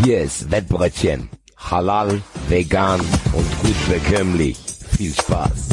Hier ist Wettbrötchen. Halal, vegan und gut bekömmlich. Viel Spaß.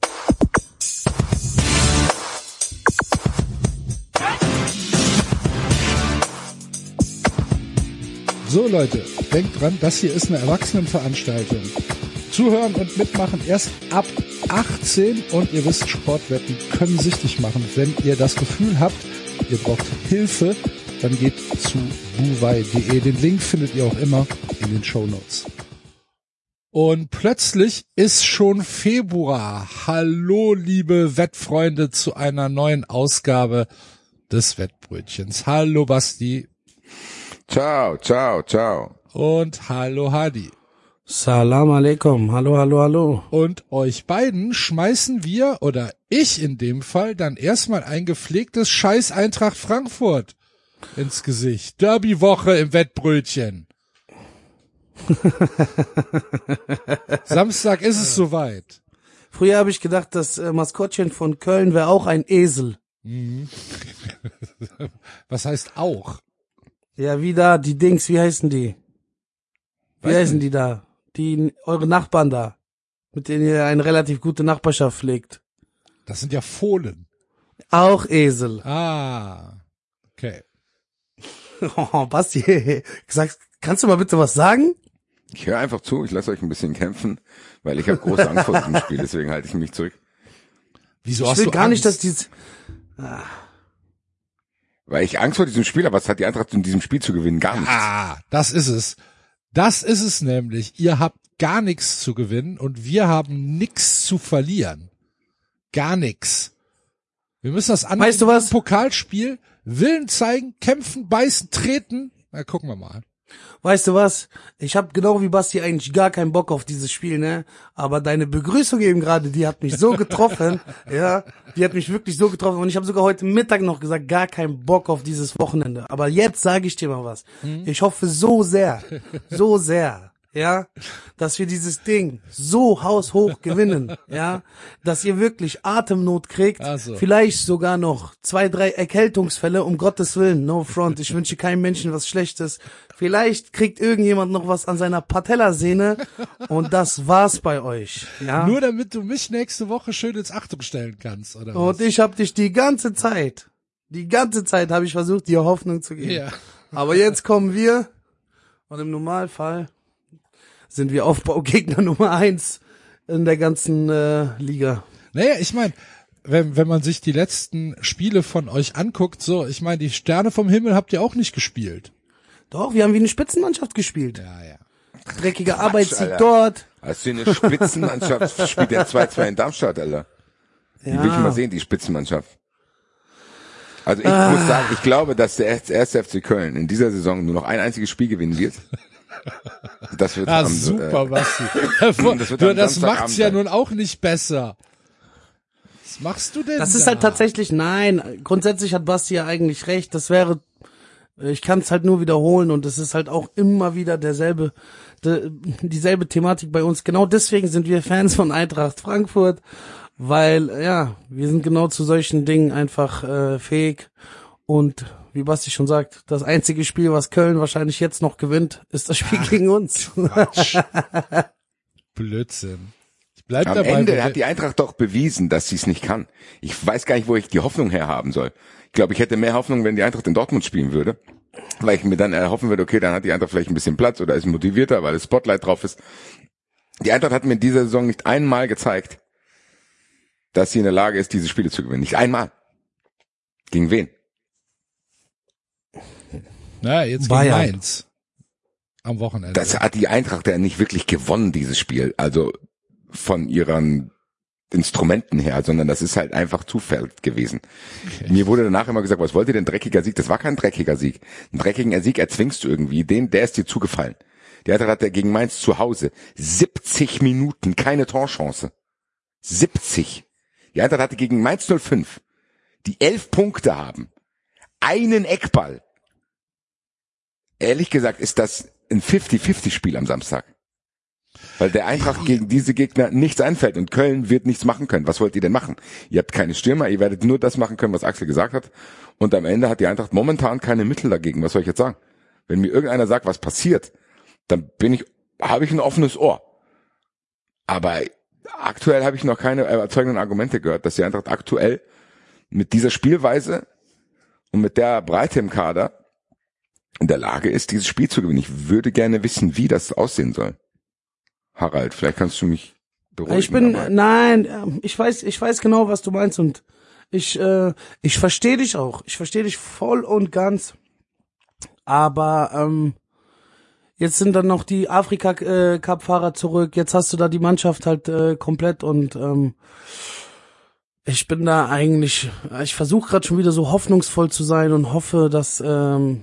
So Leute, denkt dran, das hier ist eine Erwachsenenveranstaltung. Zuhören und mitmachen erst ab 18 und ihr wisst, Sportwetten können süchtig machen. Wenn ihr das Gefühl habt, ihr braucht Hilfe, dann geht zu buwei.de. Den Link findet ihr auch immer in den Shownotes. Und plötzlich ist schon Februar. Hallo liebe Wettfreunde zu einer neuen Ausgabe des Wettbrötchens. Hallo Basti. Ciao, ciao, ciao. Und hallo Hadi. Salam alaikum. Hallo, hallo, hallo. Und euch beiden schmeißen wir, oder ich in dem Fall, dann erstmal ein gepflegtes Scheiß Eintracht Frankfurt ins Gesicht. Derby-Woche im Wettbrötchen. Samstag ist es soweit. Früher habe ich gedacht, das Maskottchen von Köln wäre auch ein Esel. Was heißt auch? Ja, wie da, die Dings, wie heißen die? Wie heißen die da? Die, eure Nachbarn da, mit denen ihr eine relativ gute Nachbarschaft pflegt. Das sind ja Fohlen. Auch Esel. Ah, okay. Oh, Basti, kannst du mal bitte was sagen? Ich höre einfach zu, ich lasse euch ein bisschen kämpfen, weil ich habe große Angst vor diesem Spiel, deswegen halte ich mich zurück. Wieso Ich hast will du gar Angst? nicht, dass die... Weil ich Angst vor diesem Spiel habe. Was hat die Eintracht in diesem Spiel zu gewinnen? Gar nichts. Ah, das ist es. Das ist es nämlich. Ihr habt gar nichts zu gewinnen und wir haben nichts zu verlieren. Gar nichts. Wir müssen das andere Weißt du was? Pokalspiel Willen zeigen, kämpfen, beißen, treten. Na, gucken wir mal. Weißt du was? Ich habe genau wie Basti eigentlich gar keinen Bock auf dieses Spiel, ne? Aber deine Begrüßung eben gerade, die hat mich so getroffen, ja? Die hat mich wirklich so getroffen. Und ich habe sogar heute Mittag noch gesagt, gar keinen Bock auf dieses Wochenende. Aber jetzt sage ich dir mal was. Ich hoffe so sehr, ja, dass wir dieses Ding so haushoch gewinnen, ja, dass ihr wirklich Atemnot kriegt, Also. vielleicht sogar noch 2, 3 Erkältungsfälle, um Gottes Willen, no front, ich wünsche keinem Menschen was Schlechtes, vielleicht kriegt irgendjemand noch was an seiner Patellasehne und das war's bei euch, ja. Nur damit du mich nächste Woche schön ins Achtung stellen kannst, oder was? Und ich hab dich die ganze Zeit habe ich versucht, dir Hoffnung zu geben. Ja. Aber jetzt kommen wir und im Normalfall sind wir Aufbaugegner Nummer 1 in der ganzen Liga. Naja, ich meine, wenn man sich die letzten Spiele von euch anguckt, so, ich meine, die Sterne vom Himmel habt ihr auch nicht gespielt. Doch, wir haben wie eine Spitzenmannschaft gespielt. Ja, ja. Dreckige Arbeitssieg Alter. dort. Als du eine Spitzenmannschaft spielt der 2-2 in Darmstadt, Alter. Die will ich mal sehen, die Spitzenmannschaft. Also ich muss sagen, ich glaube, dass der erste FC Köln in dieser Saison nur noch ein einziges Spiel gewinnen wird. Das wird Ah, super, Basti. Das macht's ja nun auch nicht besser. Was machst du denn Das da? ist halt tatsächlich, nein, grundsätzlich hat Basti ja eigentlich recht. Das wäre, ich kann es halt nur wiederholen und es ist halt auch immer wieder dieselbe Thematik bei uns. Genau deswegen sind wir Fans von Eintracht Frankfurt, weil, ja, wir sind genau zu solchen Dingen einfach fähig und wie Basti schon sagt, das einzige Spiel, was Köln wahrscheinlich jetzt noch gewinnt, ist das Spiel gegen uns. Quatsch. Blödsinn. Ich bleib Am dabei. Ende hat die Eintracht doch bewiesen, dass sie es nicht kann. Ich weiß gar nicht, wo ich die Hoffnung herhaben soll. Ich glaube, ich hätte mehr Hoffnung, wenn die Eintracht in Dortmund spielen würde, weil ich mir dann erhoffen würde, okay, dann hat die Eintracht vielleicht ein bisschen Platz oder ist motivierter, weil das Spotlight drauf ist. Die Eintracht hat mir in dieser Saison nicht einmal gezeigt, dass sie in der Lage ist, diese Spiele zu gewinnen. Nicht einmal. Gegen wen? Na, jetzt gegen Bayern. Mainz. Am Wochenende. Das hat die Eintracht ja nicht wirklich gewonnen, dieses Spiel. Also von ihren Instrumenten her, sondern das ist halt einfach Zufall gewesen. Okay. Mir wurde danach immer gesagt, was wollt ihr denn, dreckiger Sieg? Das war kein dreckiger Sieg. Einen dreckigen Sieg erzwingst du irgendwie. Der ist dir zugefallen. Die Eintracht hatte gegen Mainz zu Hause 70 Minuten, keine Torchance. 70. Die Eintracht hatte gegen Mainz 05, die 11 Punkte haben, einen Eckball. Ehrlich gesagt ist das ein 50-50-Spiel am Samstag. Weil der Eintracht gegen diese Gegner nichts einfällt und Köln wird nichts machen können. Was wollt ihr denn machen? Ihr habt keine Stürmer, ihr werdet nur das machen können, was Axel gesagt hat. Und am Ende hat die Eintracht momentan keine Mittel dagegen. Was soll ich jetzt sagen? Wenn mir irgendeiner sagt, was passiert, dann habe ich ein offenes Ohr. Aber aktuell habe ich noch keine überzeugenden Argumente gehört, dass die Eintracht aktuell mit dieser Spielweise und mit der Breite im Kader in der Lage ist, dieses Spiel zu gewinnen. Ich würde gerne wissen, wie das aussehen soll. Harald, vielleicht kannst du mich beruhigen. Ich weiß genau, was du meinst und ich verstehe dich auch. Ich verstehe dich voll und ganz. Aber jetzt sind dann noch die Afrika-Cup-Fahrer zurück. Jetzt hast du da die Mannschaft halt komplett und ich bin da eigentlich, ich versuche gerade schon wieder so hoffnungsvoll zu sein und hoffe, dass, am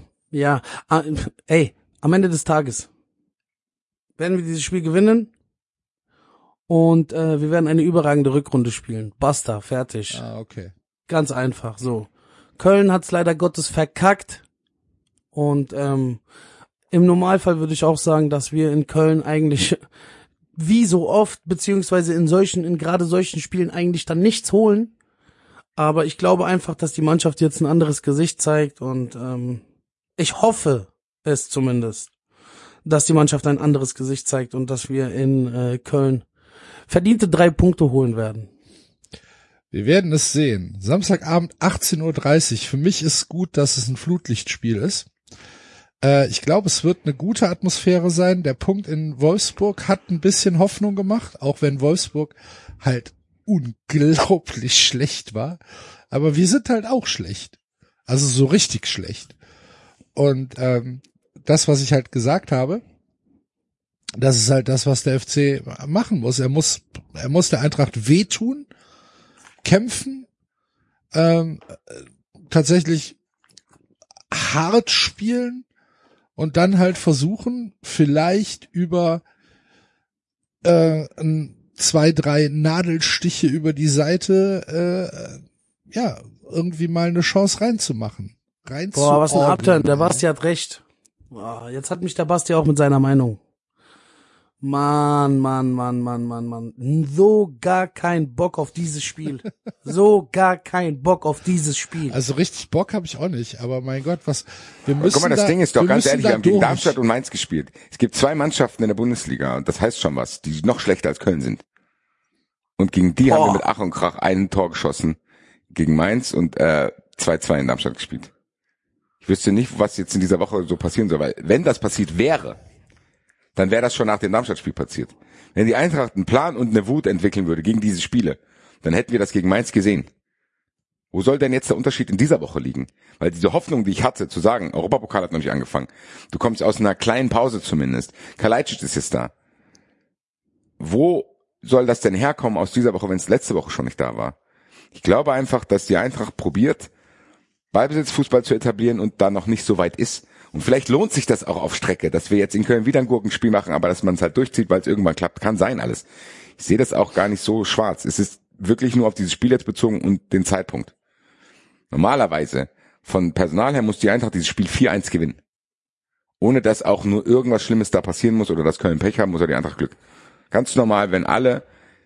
Ende des Tages werden wir dieses Spiel gewinnen und wir werden eine überragende Rückrunde spielen. Basta, fertig. Ah, okay. Ganz einfach, so. Köln hat's leider Gottes verkackt und im Normalfall würde ich auch sagen, dass wir in Köln eigentlich wie so oft, beziehungsweise in gerade solchen Spielen eigentlich dann nichts holen. Aber ich glaube einfach, dass die Mannschaft jetzt ein anderes Gesicht zeigt und ich hoffe es zumindest, dass die Mannschaft ein anderes Gesicht zeigt und dass wir in Köln verdiente 3 Punkte holen werden. Wir werden es sehen. Samstagabend 18:30 Uhr. Für mich ist gut, dass es ein Flutlichtspiel ist. Ich glaube, es wird eine gute Atmosphäre sein. Der Punkt in Wolfsburg hat ein bisschen Hoffnung gemacht, auch wenn Wolfsburg halt unglaublich schlecht war. Aber wir sind halt auch schlecht. Also so richtig schlecht. Und das, was ich halt gesagt habe, das ist halt das, was der FC machen muss. Er muss der Eintracht wehtun, kämpfen, tatsächlich hart spielen und dann halt versuchen, vielleicht über 2, 3 Nadelstiche über die Seite irgendwie mal eine Chance reinzumachen. Boah, was ein Upturn, der Basti hat recht. Boah, jetzt hat mich der Basti auch mit seiner Meinung. Mann. So gar kein Bock auf dieses Spiel. So gar kein Bock auf dieses Spiel. Also richtig Bock habe ich auch nicht, aber mein Gott, wir müssen guck mal, das Ding ist doch ganz ehrlich, wir haben gegen durch. Darmstadt und Mainz gespielt. Es gibt 2 Mannschaften in der Bundesliga und das heißt schon was, die noch schlechter als Köln sind. Und gegen die haben wir mit Ach und Krach ein Tor geschossen. Gegen Mainz und 2-2 in Darmstadt gespielt. Ich wüsste nicht, was jetzt in dieser Woche so passieren soll, weil wenn das passiert wäre, dann wäre das schon nach dem Darmstadt-Spiel passiert. Wenn die Eintracht einen Plan und eine Wut entwickeln würde gegen diese Spiele, dann hätten wir das gegen Mainz gesehen. Wo soll denn jetzt der Unterschied in dieser Woche liegen? Weil diese Hoffnung, die ich hatte, zu sagen, Europapokal hat noch nicht angefangen, du kommst aus einer kleinen Pause zumindest, Kalajdzic ist jetzt da. Wo soll das denn herkommen aus dieser Woche, wenn es letzte Woche schon nicht da war? Ich glaube einfach, dass die Eintracht probiert, Ballbesitzfußball zu etablieren und da noch nicht so weit ist. Und vielleicht lohnt sich das auch auf Strecke, dass wir jetzt in Köln wieder ein Gurkenspiel machen, aber dass man es halt durchzieht, weil es irgendwann klappt. Kann sein alles. Ich sehe das auch gar nicht so schwarz. Es ist wirklich nur auf dieses Spiel jetzt bezogen und den Zeitpunkt. Normalerweise, von Personal her, muss die Eintracht dieses Spiel 4-1 gewinnen. Ohne dass auch nur irgendwas Schlimmes da passieren muss oder dass Köln Pech haben, muss ja die Eintracht Glück. Ganz normal, wenn alle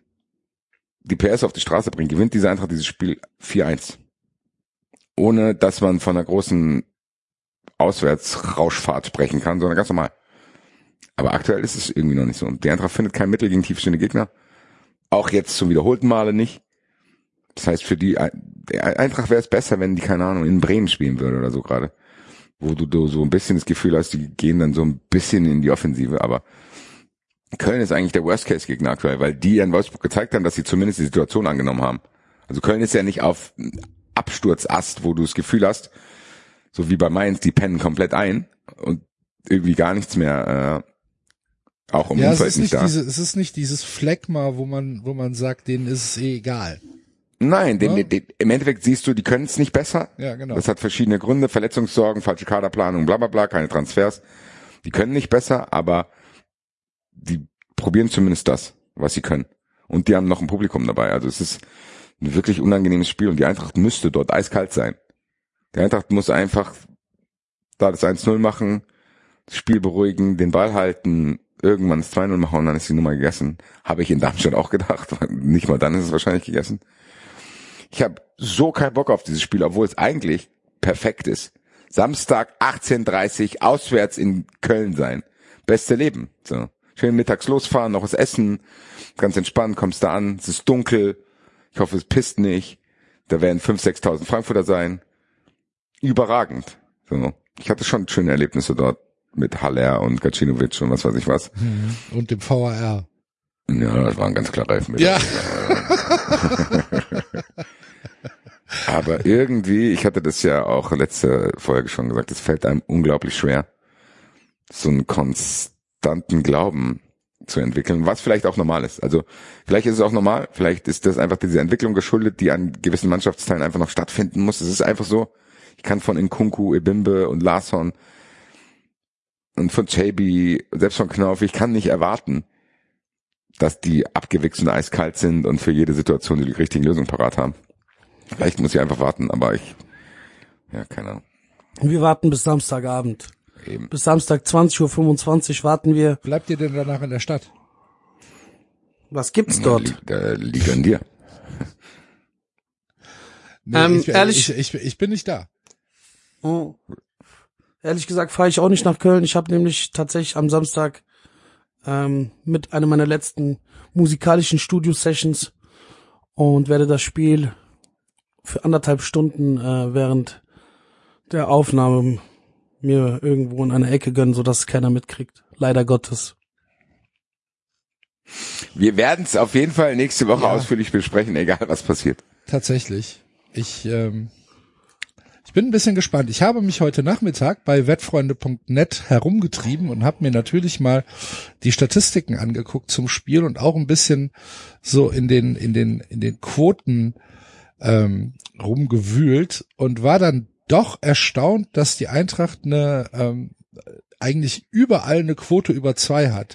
die PS auf die Straße bringen, gewinnt diese Eintracht dieses Spiel 4-1. Ohne dass man von einer großen Auswärtsrauschfahrt sprechen kann, sondern ganz normal. Aber aktuell ist es irgendwie noch nicht so. Und die Eintracht findet kein Mittel gegen tiefstehende Gegner. Auch jetzt zum wiederholten Male nicht. Das heißt, für die Eintracht wäre es besser, wenn die, keine Ahnung, in Bremen spielen würde oder so gerade. Wo du so ein bisschen das Gefühl hast, die gehen dann so ein bisschen in die Offensive. Aber Köln ist eigentlich der Worst-Case-Gegner aktuell, weil die in Wolfsburg gezeigt haben, dass sie zumindest die Situation angenommen haben. Also Köln ist ja nicht auf Absturzast, wo du das Gefühl hast, so wie bei Mainz, die pennen komplett ein und irgendwie gar nichts mehr, auch im Umfeld nicht da. Es ist nicht dieses Phlegma, wo man sagt, denen ist es egal. Nein, im Endeffekt siehst du, die können es nicht besser. Ja, genau. Das hat verschiedene Gründe, Verletzungssorgen, falsche Kaderplanung, bla bla bla, keine Transfers. Die können nicht besser, aber die probieren zumindest das, was sie können. Und die haben noch ein Publikum dabei. Also es ist ein wirklich unangenehmes Spiel und die Eintracht müsste dort eiskalt sein. Die Eintracht muss einfach da das 1-0 machen, das Spiel beruhigen, den Ball halten, irgendwann das 2-0 machen und dann ist die Nummer gegessen. Habe ich in Darmstadt auch gedacht. Nicht mal dann ist es wahrscheinlich gegessen. Ich habe so keinen Bock auf dieses Spiel, obwohl es eigentlich perfekt ist. Samstag 18:30 auswärts in Köln sein. beste Leben. So. Schön mittags losfahren, noch was essen, ganz entspannt, kommst da an, es ist dunkel, ich hoffe, es pisst nicht, da werden 5.000, 6.000 Frankfurter sein. Überragend. So. Ich hatte schon schöne Erlebnisse dort mit Haller und Gacinovic und was weiß ich was. Und dem VAR. Ja, das waren ganz klare Elfmeter. Ja. Aber irgendwie, ich hatte das ja auch letzte Folge schon gesagt, es fällt einem unglaublich schwer, so einen konstanten Glauben zu entwickeln, was vielleicht auch normal ist. Also vielleicht ist es auch normal, vielleicht ist das einfach diese Entwicklung geschuldet, die an gewissen Mannschaftsteilen einfach noch stattfinden muss. Es ist einfach so, ich kann von Nkunku, Ebimbe und Larsson und von Chaby, selbst von Knauf, ich kann nicht erwarten, dass die abgewichst und eiskalt sind und für jede Situation die richtigen Lösungen parat haben. Vielleicht muss ich einfach warten, aber keine Ahnung. Wir warten bis Samstagabend. Eben. Bis Samstag 20.25 Uhr warten wir. Bleibt ihr denn danach in der Stadt? Was gibt's dort? Da liegt an dir. Nee, ehrlich, ich bin nicht da. Oh. Ehrlich gesagt fahre ich auch nicht nach Köln. Ich habe nämlich tatsächlich am Samstag mit einer meiner letzten musikalischen Studio-Sessions und werde das Spiel für 1,5 Stunden während der Aufnahme mir irgendwo in einer Ecke gönnen, sodass es keiner mitkriegt. Leider Gottes. Wir werden es auf jeden Fall nächste Woche ausführlich besprechen, egal was passiert. Tatsächlich. Ich bin ein bisschen gespannt. Ich habe mich heute Nachmittag bei wettfreunde.net herumgetrieben und habe mir natürlich mal die Statistiken angeguckt zum Spiel und auch ein bisschen so in den Quoten rumgewühlt und war dann doch erstaunt, dass die Eintracht eigentlich überall eine Quote über 2 hat.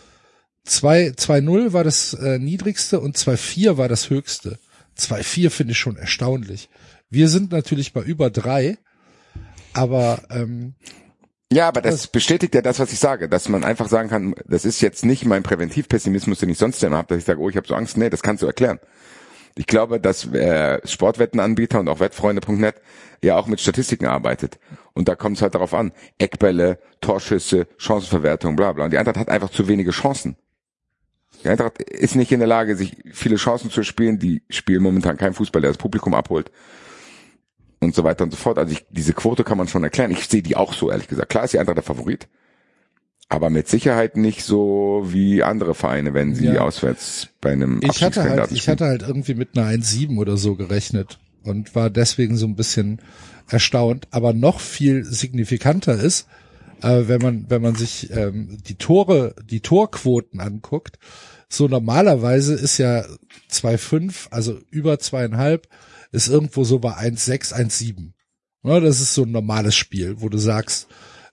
2,0 war das niedrigste und 2,4 war das höchste. 2,4 finde ich schon erstaunlich. Wir sind natürlich bei über 3, aber ja, aber das bestätigt ja das, was ich sage, dass man einfach sagen kann, das ist jetzt nicht mein Präventivpessimismus, den ich sonst immer habe, dass ich sage, oh, ich habe so Angst. Nee, das kannst du erklären. Ich glaube, dass Sportwettenanbieter und auch Wettfreunde.net ja auch mit Statistiken arbeitet. Und da kommt es halt darauf an. Eckbälle, Torschüsse, Chancenverwertung, bla bla. Und die Eintracht hat einfach zu wenige Chancen. Die Eintracht ist nicht in der Lage, sich viele Chancen zu spielen. Die spielen momentan kein Fußball, der das Publikum abholt. Und so weiter und so fort. Also diese Quote kann man schon erklären. Ich sehe die auch so, ehrlich gesagt. Klar ist die Eintracht der Favorit. Aber mit Sicherheit nicht so wie andere Vereine, wenn sie auswärts bei einem Abstiegskandidaten Ich hatte halt irgendwie mit einer 1,7 oder so gerechnet und war deswegen so ein bisschen erstaunt. Aber noch viel signifikanter ist, wenn man sich die Torquoten anguckt. So normalerweise ist ja 2,5, also über 2,5, ist irgendwo so bei 1,6, 1,7. Ja, das ist so ein normales Spiel, wo du sagst,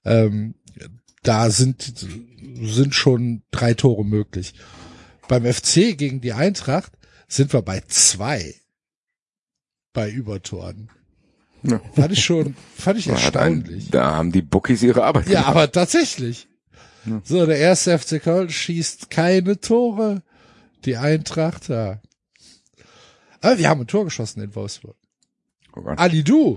da sind schon 3 Tore möglich. Beim FC gegen die Eintracht sind wir bei 2 bei Übertoren. Ja. Fand ich erstaunlich. Da haben die Bookies ihre Arbeit gemacht. Ja, aber tatsächlich. Ja. So, der erste FC Köln schießt keine Tore. Die Eintracht, ja. Aber wir haben ein Tor geschossen in Wolfsburg. Ali Du,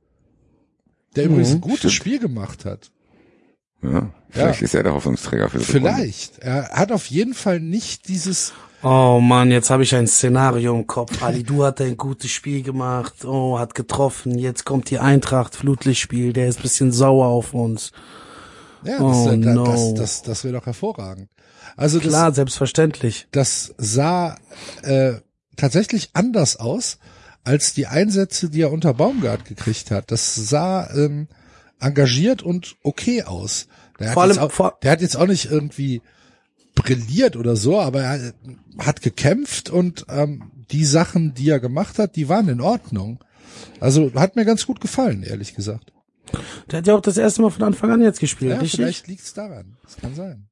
der übrigens ein gutes Spiel gemacht hat. Ja, vielleicht ist er der Hoffnungsträger für das Vielleicht. Er hat auf jeden Fall nicht dieses... Oh Mann, jetzt habe ich ein Szenario im Kopf. Ali Du hat ein gutes Spiel gemacht. Oh, hat getroffen. Jetzt kommt die Eintracht, Flutlichtspiel. Der ist ein bisschen sauer auf uns. Ja, das wäre doch hervorragend. Also klar, selbstverständlich. Das sah tatsächlich anders aus als die Einsätze, die er unter Baumgart gekriegt hat. Das sah engagiert und okay aus. Der hat jetzt auch nicht irgendwie brilliert oder so, aber er hat gekämpft und die Sachen, die er gemacht hat, die waren in Ordnung. Also hat mir ganz gut gefallen, ehrlich gesagt. Der hat ja auch das erste Mal von Anfang an jetzt gespielt, ja, richtig? Vielleicht liegt's daran. Das kann sein.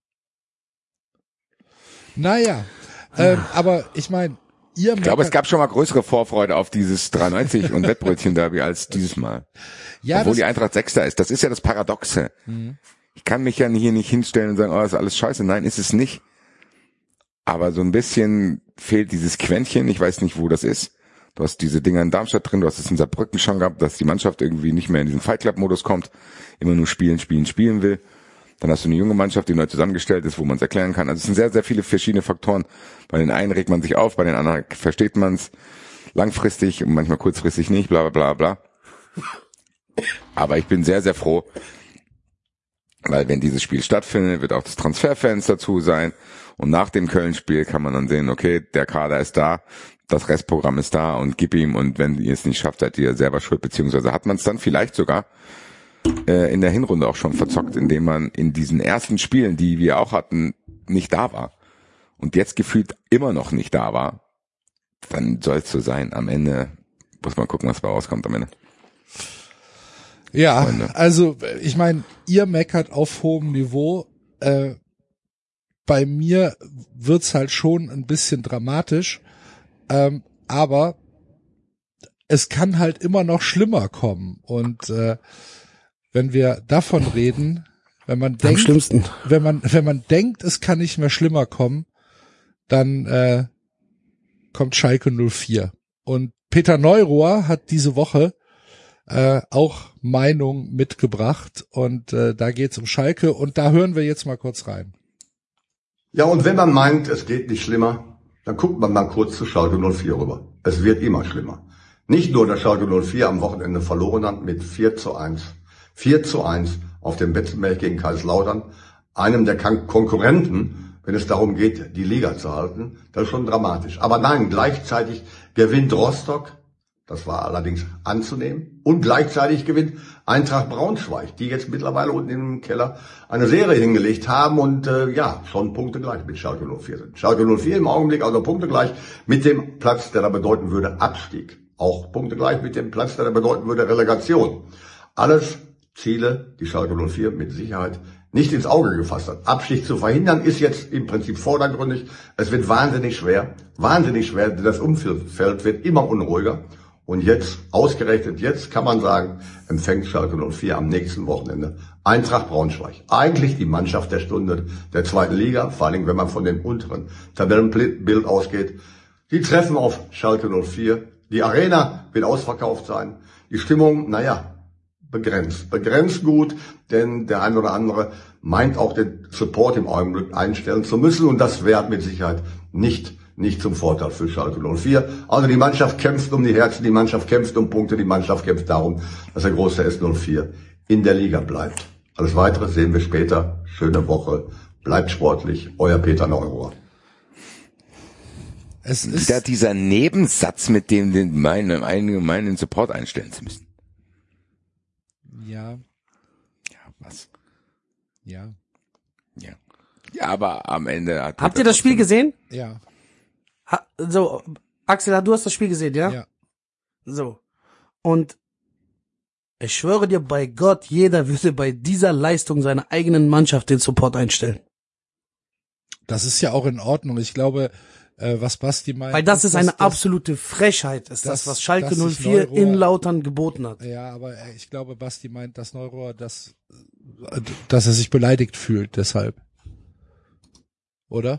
Naja, aber ich meine, ich glaube, es gab schon mal größere Vorfreude auf dieses 93 und Wettbrötchen-Derby als dieses Mal. Ja, obwohl die Eintracht Sechster ist. Das ist ja das Paradoxe. Mhm. Ich kann mich ja hier nicht hinstellen und sagen, oh, das ist alles scheiße. Nein, ist es nicht. Aber so ein bisschen fehlt dieses Quäntchen. Ich weiß nicht, wo das ist. Du hast diese Dinger in Darmstadt drin, du hast es in Saarbrücken schon gehabt, dass die Mannschaft irgendwie nicht mehr in diesen Fight Club Modus kommt, immer nur spielen will. Dann hast du eine junge Mannschaft, die neu zusammengestellt ist, wo man es erklären kann. Also es sind sehr, sehr viele verschiedene Faktoren. Bei den einen regt man sich auf, bei den anderen versteht man es langfristig und manchmal kurzfristig nicht, bla bla bla bla. Aber ich bin sehr, sehr froh, weil wenn dieses Spiel stattfindet, wird auch das Transferfenster dazu sein. Und nach dem Köln-Spiel kann man dann sehen, okay, der Kader ist da, das Restprogramm ist da und gib ihm. Und wenn ihr es nicht schafft, seid ihr selber schuld, beziehungsweise hat man es dann vielleicht sogar in der Hinrunde auch schon verzockt, indem man in diesen ersten Spielen, die wir auch hatten, nicht da war. Und jetzt gefühlt immer noch nicht da war. Dann soll es so sein. Am Ende muss man gucken, was da rauskommt am Ende. Ja, Freunde. also ich meine, ihr meckert auf hohem Niveau. Bei mir wird's halt schon ein bisschen dramatisch, aber es kann halt immer noch schlimmer kommen. Und wenn wir davon reden, wenn man denkt, schlimmsten. wenn man denkt, es kann nicht mehr schlimmer kommen, dann kommt Schalke 04. Und Peter Neurohr hat diese Woche auch Meinung mitgebracht und da geht's um Schalke und da hören wir jetzt mal kurz rein. Ja, und wenn man meint, es geht nicht schlimmer, dann guckt man mal kurz zu Schalke 04 rüber. Es wird immer schlimmer. Nicht nur, dass Schalke 04 am Wochenende verloren hat mit 4:1. 4:1 auf dem Betzenberg gegen Kaiserslautern, einem der Konkurrenten, wenn es darum geht, die Liga zu halten. Das ist schon dramatisch. Aber nein, gleichzeitig gewinnt Rostock, das war allerdings anzunehmen, und gleichzeitig gewinnt Eintracht Braunschweig, die jetzt mittlerweile unten im Keller eine Serie hingelegt haben und schon punktegleich mit Schalke 04 sind. Schalke 04 im Augenblick also punktegleich mit dem Platz, der da bedeuten würde Abstieg. Auch punktegleich mit dem Platz, der da bedeuten würde Relegation. Alles Ziele, die Schalke 04 mit Sicherheit nicht ins Auge gefasst hat. Abstieg zu verhindern ist jetzt im Prinzip vordergründig. Es wird wahnsinnig schwer, denn das Umfeld wird immer unruhiger. Und jetzt, ausgerechnet jetzt, kann man sagen, empfängt Schalke 04 am nächsten Wochenende Eintracht Braunschweig. Eigentlich die Mannschaft der Stunde der zweiten Liga, vor allem wenn man von dem unteren Tabellenbild ausgeht. Die treffen auf Schalke 04. Die Arena wird ausverkauft sein. Die Stimmung, begrenzt gut, denn der ein oder andere meint auch den Support im Augenblick einstellen zu müssen und das wäre mit Sicherheit nicht zum Vorteil für Schalke 04. Also die Mannschaft kämpft um die Herzen, die Mannschaft kämpft um Punkte, die Mannschaft kämpft darum, dass der große S04 in der Liga bleibt. Alles Weitere sehen wir später. Schöne Woche, bleibt sportlich, euer Peter Neurohr. Es ist Wieder dieser Nebensatz, mit dem den allgemeinen Support einstellen zu müssen. ja, Ja, was? ja, Ja. Ja, aber am Ende hat... Habt ihr das Spiel gesehen? ja, So, Axel, du hast das Spiel gesehen, ja? ja. So. Und ich schwöre dir bei Gott, jeder würde bei dieser Leistung seiner eigenen Mannschaft den Support einstellen. Das ist ja auch in Ordnung. Ich glaube, was Basti meint. Weil das ist dass eine absolute Frechheit, ist das, was Schalke dass sich 04 Neurohr- in Lautern geboten hat. Ja, aber ich glaube, Basti meint, dass Neurohr dass er sich beleidigt fühlt, deshalb. Oder?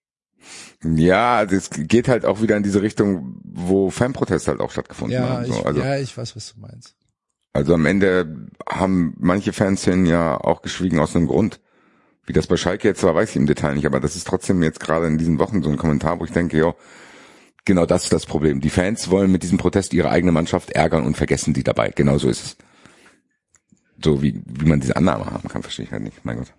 Ja, also es geht halt auch wieder in diese Richtung, wo Fanproteste halt auch stattgefunden Ja, haben. So. ich weiß, was du meinst. Also am Ende haben manche Fanszenen ja auch geschwiegen aus einem Grund. Wie das bei Schalke jetzt war, weiß ich im Detail nicht, aber das ist trotzdem jetzt gerade in diesen Wochen so ein Kommentar, wo ich denke, jo, genau das ist das Problem. Die Fans wollen mit diesem Protest ihre eigene Mannschaft ärgern und vergessen die dabei. Genau so ist es. So wie man diese Annahme haben kann, verstehe ich halt nicht. Mein Gott.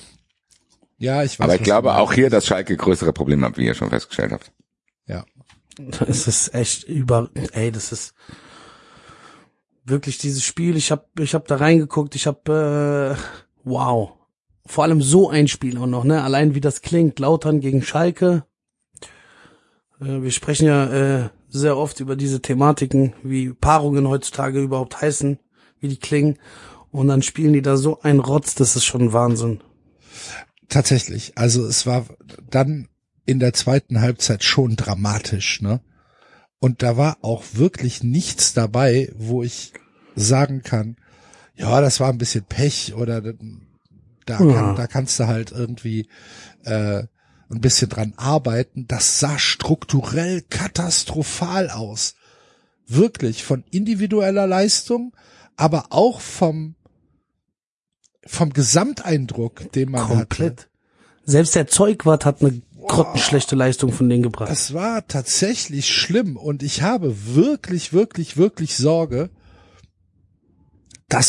Ja, ich weiß. Aber ich was glaube du meinst. auch hier, dass Schalke größere Probleme hat, wie ihr schon festgestellt habt. Ja. Das ist echt das ist wirklich dieses Spiel. Ich hab da reingeguckt, wow. Vor allem so ein Spiel auch noch, ne? Allein wie das klingt, Lautern gegen Schalke. Wir sprechen ja sehr oft über diese Thematiken, wie Paarungen heutzutage überhaupt heißen, wie die klingen. Und dann spielen die da so einen Rotz, das ist schon Wahnsinn. Tatsächlich. Also es war dann in der zweiten Halbzeit schon dramatisch, ne? Und da war auch wirklich nichts dabei, wo ich sagen kann, ja, das war ein bisschen Pech oder da kannst du halt irgendwie ein bisschen dran arbeiten. Das sah strukturell katastrophal aus. Wirklich von individueller Leistung, aber auch vom vom Gesamteindruck, den man Komplett. hatte. Selbst der Zeugwart hat eine grottenschlechte Leistung von denen gebracht. Das war tatsächlich schlimm und ich habe wirklich, wirklich, wirklich Sorge, dass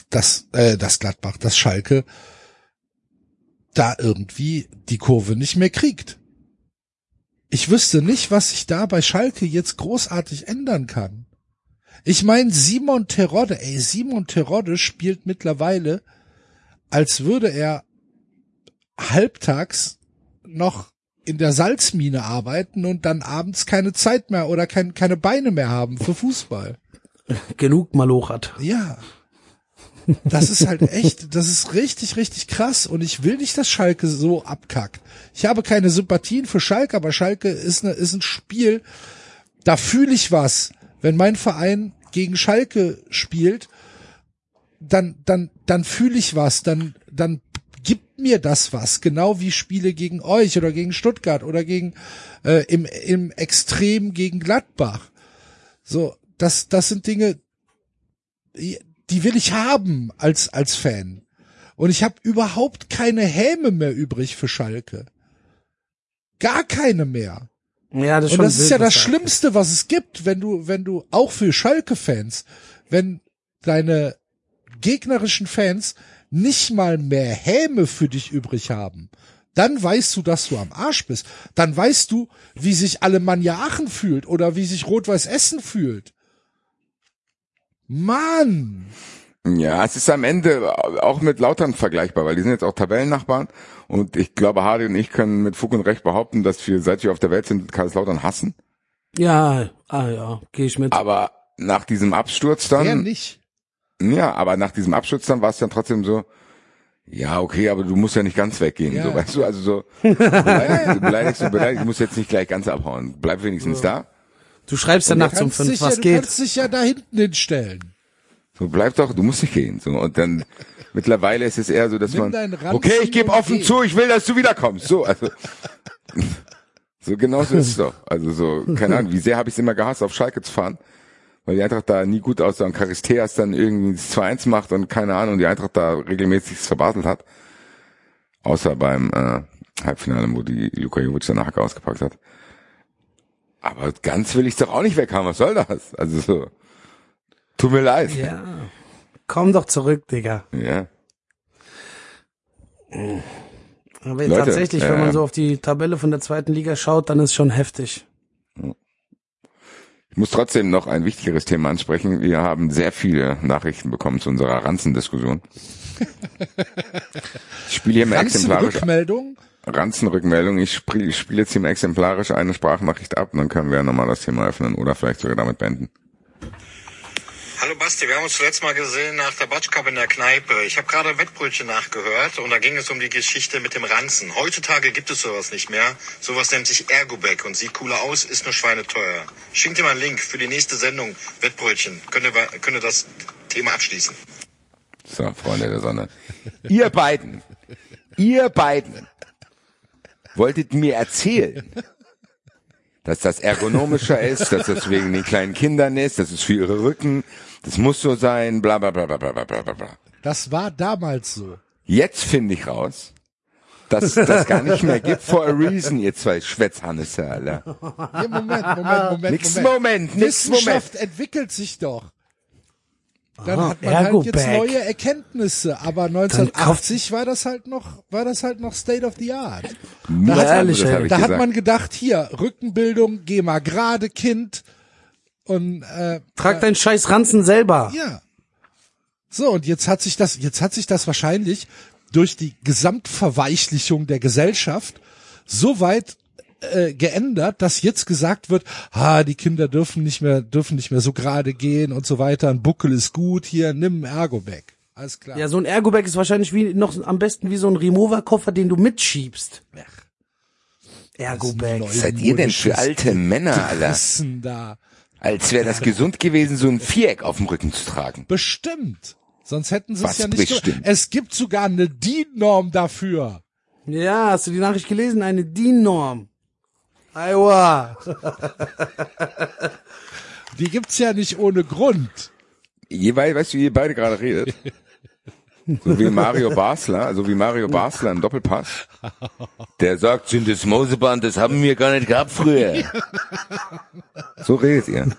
Schalke da irgendwie die Kurve nicht mehr kriegt. Ich wüsste nicht, was sich da bei Schalke jetzt großartig ändern kann. Ich meine, Simon Terodde spielt mittlerweile, als würde er halbtags noch in der Salzmine arbeiten und dann abends keine Zeit mehr oder keine Beine mehr haben für Fußball. Genug Maloch Ja. Das ist halt echt, das ist richtig, richtig krass und ich will nicht, dass Schalke so abkackt. Ich habe keine Sympathien für Schalke, aber Schalke ist ein Spiel, da fühle ich was. Wenn mein Verein gegen Schalke spielt, dann fühle ich was, dann gibt mir das was, genau wie Spiele gegen euch oder gegen Stuttgart oder gegen im Extrem gegen Gladbach. So, das sind Dinge, die will ich haben als Fan. Und ich habe überhaupt keine Häme mehr übrig für Schalke. Gar keine mehr. Ja, das ist Und schon das ist wild, ja das was da Schlimmste, was es gibt, wenn du auch für Schalke-Fans, wenn deine gegnerischen Fans nicht mal mehr Häme für dich übrig haben, dann weißt du, dass du am Arsch bist. Dann weißt du, wie sich Alemannia Aachen fühlt oder wie sich Rot-Weiß Essen fühlt. Mann! Ja, es ist am Ende auch mit Lautern vergleichbar, weil die sind jetzt auch Tabellennachbarn und ich glaube, Hardy und ich können mit Fug und Recht behaupten, dass wir, seit wir auf der Welt sind, Kaiserslautern hassen. Ja, gehe ich mit. Aber nach diesem Absturz dann... Wer nicht? Ja, aber nach diesem Absturz dann war es dann trotzdem so, ja, okay, aber du musst ja nicht ganz weggehen, Ja. so, weißt du, also so, beleidigst, du musst jetzt nicht gleich ganz abhauen, bleib wenigstens da. Du schreibst danach zum 5, was Du geht. kannst dich ja da hinten hinstellen. So, bleib doch, du musst nicht gehen, so, und dann, mittlerweile ist es eher so, dass Nimm man, deinen Ranzen okay, ich gebe und offen geh. zu, ich will, dass du wiederkommst, so, also, so genau so ist es doch, also so, keine Ahnung, wie sehr habe ich es immer gehasst, auf Schalke zu fahren, weil die Eintracht da nie gut aussah und Charisteas dann irgendwie das 2-1 macht und keine Ahnung, die Eintracht da regelmäßig verbaselt hat. Außer beim Halbfinale, wo die Luka Jovic seine Hacke ausgepackt hat. Aber ganz will ich's doch auch nicht weg haben, was soll das? Also so, tut mir leid. Ja. Komm doch zurück, Digga. Ja. Aber Leute, tatsächlich, wenn man so auf die Tabelle von der 2. Liga schaut, dann ist schon heftig. Ich muss trotzdem noch ein wichtigeres Thema ansprechen. Wir haben sehr viele Nachrichten bekommen zu unserer Ranzen-Diskussion. Ich spiele hier mal exemplarisch. Rückmeldung. Ranzen-Rückmeldung. Ich spiele jetzt hier mal exemplarisch eine Sprachnachricht ab und dann können wir nochmal das Thema öffnen oder vielleicht sogar damit beenden. Hallo Basti, wir haben uns zuletzt mal gesehen nach der Batsch Cup in der Kneipe. Ich habe gerade Wettbrötchen nachgehört und da ging es um die Geschichte mit dem Ranzen. Heutzutage gibt es sowas nicht mehr. Sowas nennt sich Ergobag und sieht cooler aus, ist nur schweineteuer. Schick dir mal einen Link für die nächste Sendung, Wettbrötchen. Könnt ihr das Thema abschließen. So, Freunde der Sonne. Ihr beiden wolltet mir erzählen, dass das ergonomischer ist, dass das wegen den kleinen Kindern ist, dass es für ihre Rücken, das muss so sein, bla bla bla bla bla bla bla bla. Das war damals so. Jetzt finde ich raus, dass es das gar nicht mehr gibt for a reason, ihr zwei Schwätzhannisse, Alter. Ja, Moment. Nix Wissenschaft entwickelt sich doch. Dann hat man halt Ergobag. jetzt neue Erkenntnisse, aber 1980 war das halt noch State of the Art. Moment. ehrlich, Das hab ey. ich Da hat gesagt. man gedacht, hier, Rückenbildung, geh mal gerade, Kind. Und Trag deinen scheiß Ranzen selber. ja. So, und jetzt hat sich das wahrscheinlich durch die Gesamtverweichlichung der Gesellschaft so weit geändert, dass jetzt gesagt wird, die Kinder dürfen nicht mehr so gerade gehen und so weiter. Ein Buckel ist gut, hier, nimm ein Ergobag. Alles klar. Ja, so ein Ergobag ist wahrscheinlich am besten wie so ein Remover-Koffer, den du mitschiebst. Ergobag. Das Was seid ihr denn für alte Männer, Alter? Rissen da. Als wäre das gesund gewesen, so ein Viereck auf dem Rücken zu tragen. Bestimmt. Sonst hätten sie es Was ja nicht bestimmt? Es gibt sogar eine DIN-Norm dafür. Ja, hast du die Nachricht gelesen? Eine DIN-Norm. Aiwa. Die gibt's ja nicht ohne Grund. Weißt du, wie ihr beide gerade redet? So wie Mario Basler im Doppelpass. Der sagt, sind das Moseband, das haben wir gar nicht gehabt früher. So redet ihr.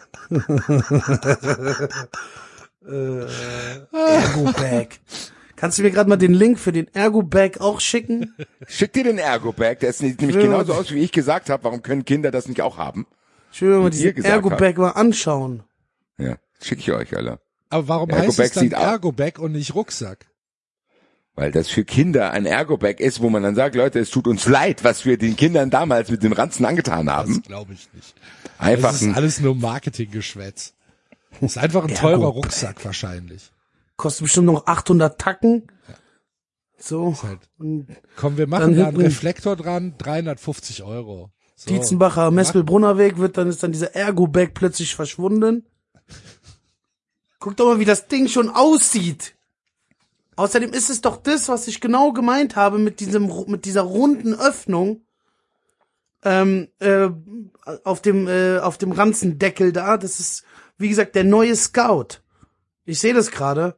Ergo-Bag. Kannst du mir gerade mal den Link für den Ergo-Bag auch schicken? Schick dir den Ergo-Bag, der sieht nämlich genauso aus, wie ich gesagt habe. Warum können Kinder das nicht auch haben? Ich will mir mal Wie ihr diesen gesagt Ergo-Bag mal anschauen. Ja, schicke ich euch alle. Aber warum Ergo-Bag heißt es dann sieht aus- Ergo-Bag und nicht Rucksack? Weil das für Kinder ein Ergo-Bag ist, wo man dann sagt, Leute, es tut uns leid, was wir den Kindern damals mit dem Ranzen angetan haben. Das glaube ich nicht. Einfach Das ist alles nur Marketinggeschwätz. Das ist einfach ein teurer Rucksack wahrscheinlich. Kostet bestimmt noch 800 Tacken. So. Ist halt, Und komm, wir Dann machen da einen hinten- Reflektor dran, 350 €. So. Dietzenbacher Mespel-Brunner-Weg dann ist dann dieser Ergo-Bag plötzlich verschwunden. Guck doch mal, wie das Ding schon aussieht. Außerdem ist es doch das, was ich genau gemeint habe mit dieser runden Öffnung auf dem Ranzendeckel da. Das ist, wie gesagt, der neue Scout. Ich sehe das gerade.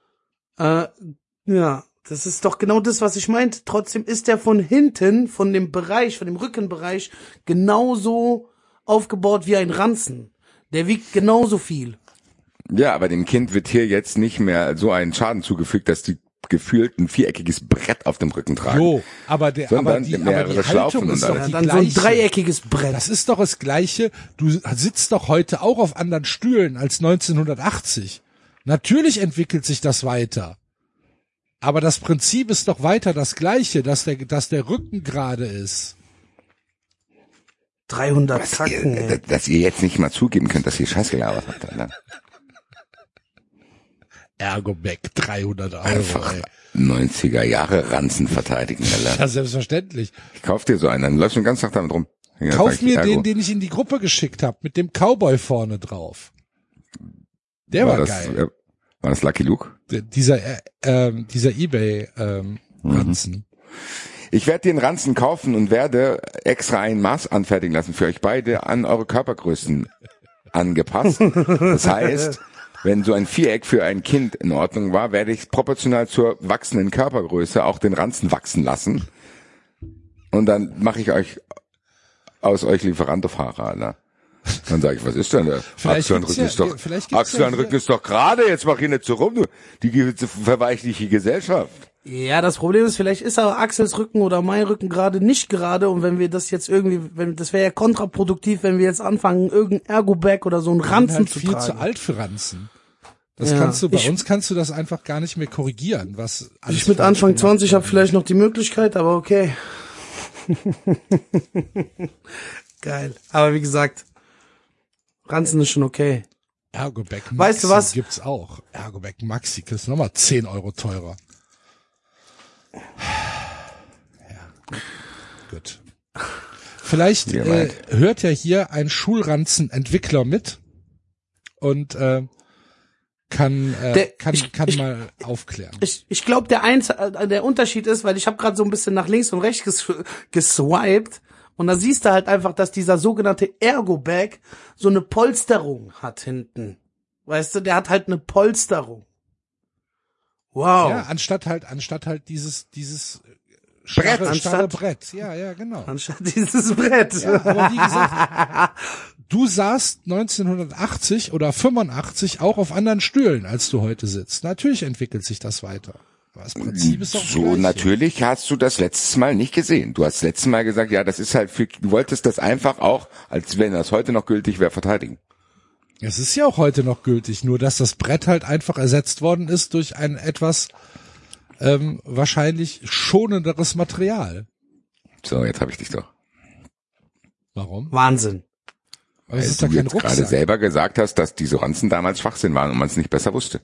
Ja, das ist doch genau das, was ich meinte. Trotzdem ist der von hinten, von dem Rückenbereich, genauso aufgebaut wie ein Ranzen. Der wiegt genauso viel. Ja, aber dem Kind wird hier jetzt nicht mehr so einen Schaden zugefügt, dass die gefühlt ein viereckiges Brett auf dem Rücken tragen. Jo, aber Sondern die mehrere Schlaufen Haltung ist und doch alles. die Dann so ein gleiche. dreieckiges Brett. Das ist doch das Gleiche. Du sitzt doch heute auch auf anderen Stühlen als 1980. Natürlich entwickelt sich das weiter. Aber das Prinzip ist doch weiter das Gleiche, dass der Rücken gerade ist. 300 Dass Tacken, ihr, ey. dass ihr jetzt nicht mal zugeben könnt, dass ihr Scheiß gelabert habt, Alter. Ergo-Bag, 300 €. Einfach Ey. 90er Jahre Ranzen verteidigen, Alter. Ja, selbstverständlich. Ich kauf dir so einen, dann läufst du den ganzen Tag damit rum. Ja, sag Kauf ich, mir Ergo. den ich in die Gruppe geschickt habe, mit dem Cowboy vorne drauf. Der war das, geil. War das Lucky Luke? Dieser eBay Ranzen. Ich werde den Ranzen kaufen und werde extra ein Maß anfertigen lassen für euch beide an eure Körpergrößen angepasst. Das heißt, wenn so ein Viereck für ein Kind in Ordnung war, werde ich proportional zur wachsenden Körpergröße auch den Ranzen wachsen lassen. Und dann mache ich euch aus euch Lieferantofahrer, Alter. Dann sage ich, was ist denn da? Vielleicht Achselnrücken gibt's ja- ist doch, vielleicht gibt's Achselnrücken ist doch gerade, jetzt mach hier nicht so rum, du. Die verweichliche Gesellschaft. Ja, das Problem ist, vielleicht ist aber Axels Rücken oder mein Rücken gerade nicht gerade und wenn wir das jetzt irgendwie, das wäre ja kontraproduktiv, wenn wir jetzt anfangen, irgendein Ergo-Bag oder so einen Ich bin Ranzen halt zu viel tragen. zu alt für Ranzen. Das Ja, kannst du, bei ich- uns kannst du das einfach gar nicht mehr korrigieren, was alles Ich mit falsch Anfang gemacht 20 habe worden vielleicht noch die Möglichkeit, aber okay. Geil. Aber wie gesagt, Ranzen ist schon okay. ist. Ergo-Bag Maxi Weißt du was? gibt's auch. Ergo-Bag Maxi ist nochmal 10 € teurer. Ja, gut. Vielleicht Wie ihr meint. hört ja hier ein Schulranzen-Entwickler mit und kann Ich- mal aufklären. Ich glaube, der Unterschied ist, weil ich habe gerade so ein bisschen nach links und rechts geswiped und da siehst du halt einfach, dass dieser sogenannte Ergo-Bag so eine Polsterung hat hinten. Weißt du, der hat halt eine Polsterung. Wow. Ja, anstatt halt dieses Brett, starre Brett. Ja, genau. Anstatt dieses Brett. Ja, aber wie gesagt, du saßt 1980 oder 85 auch auf anderen Stühlen, als du heute sitzt. Natürlich entwickelt sich das weiter. Aber das Prinzip ist doch das So, Gleiche. natürlich hast du das letztes Mal nicht gesehen. Du hast letztes Mal gesagt, ja, das ist halt du wolltest das einfach auch, als wenn das heute noch gültig wäre, verteidigen. Es ist ja auch heute noch gültig, nur dass das Brett halt einfach ersetzt worden ist durch ein etwas wahrscheinlich schonenderes Material. So, jetzt habe ich dich doch. Warum? Wahnsinn. Aber Weil es ist du doch kein jetzt gerade Rucksack. selber gesagt hast, dass diese Ranzen damals Schwachsinn waren und man es nicht besser wusste.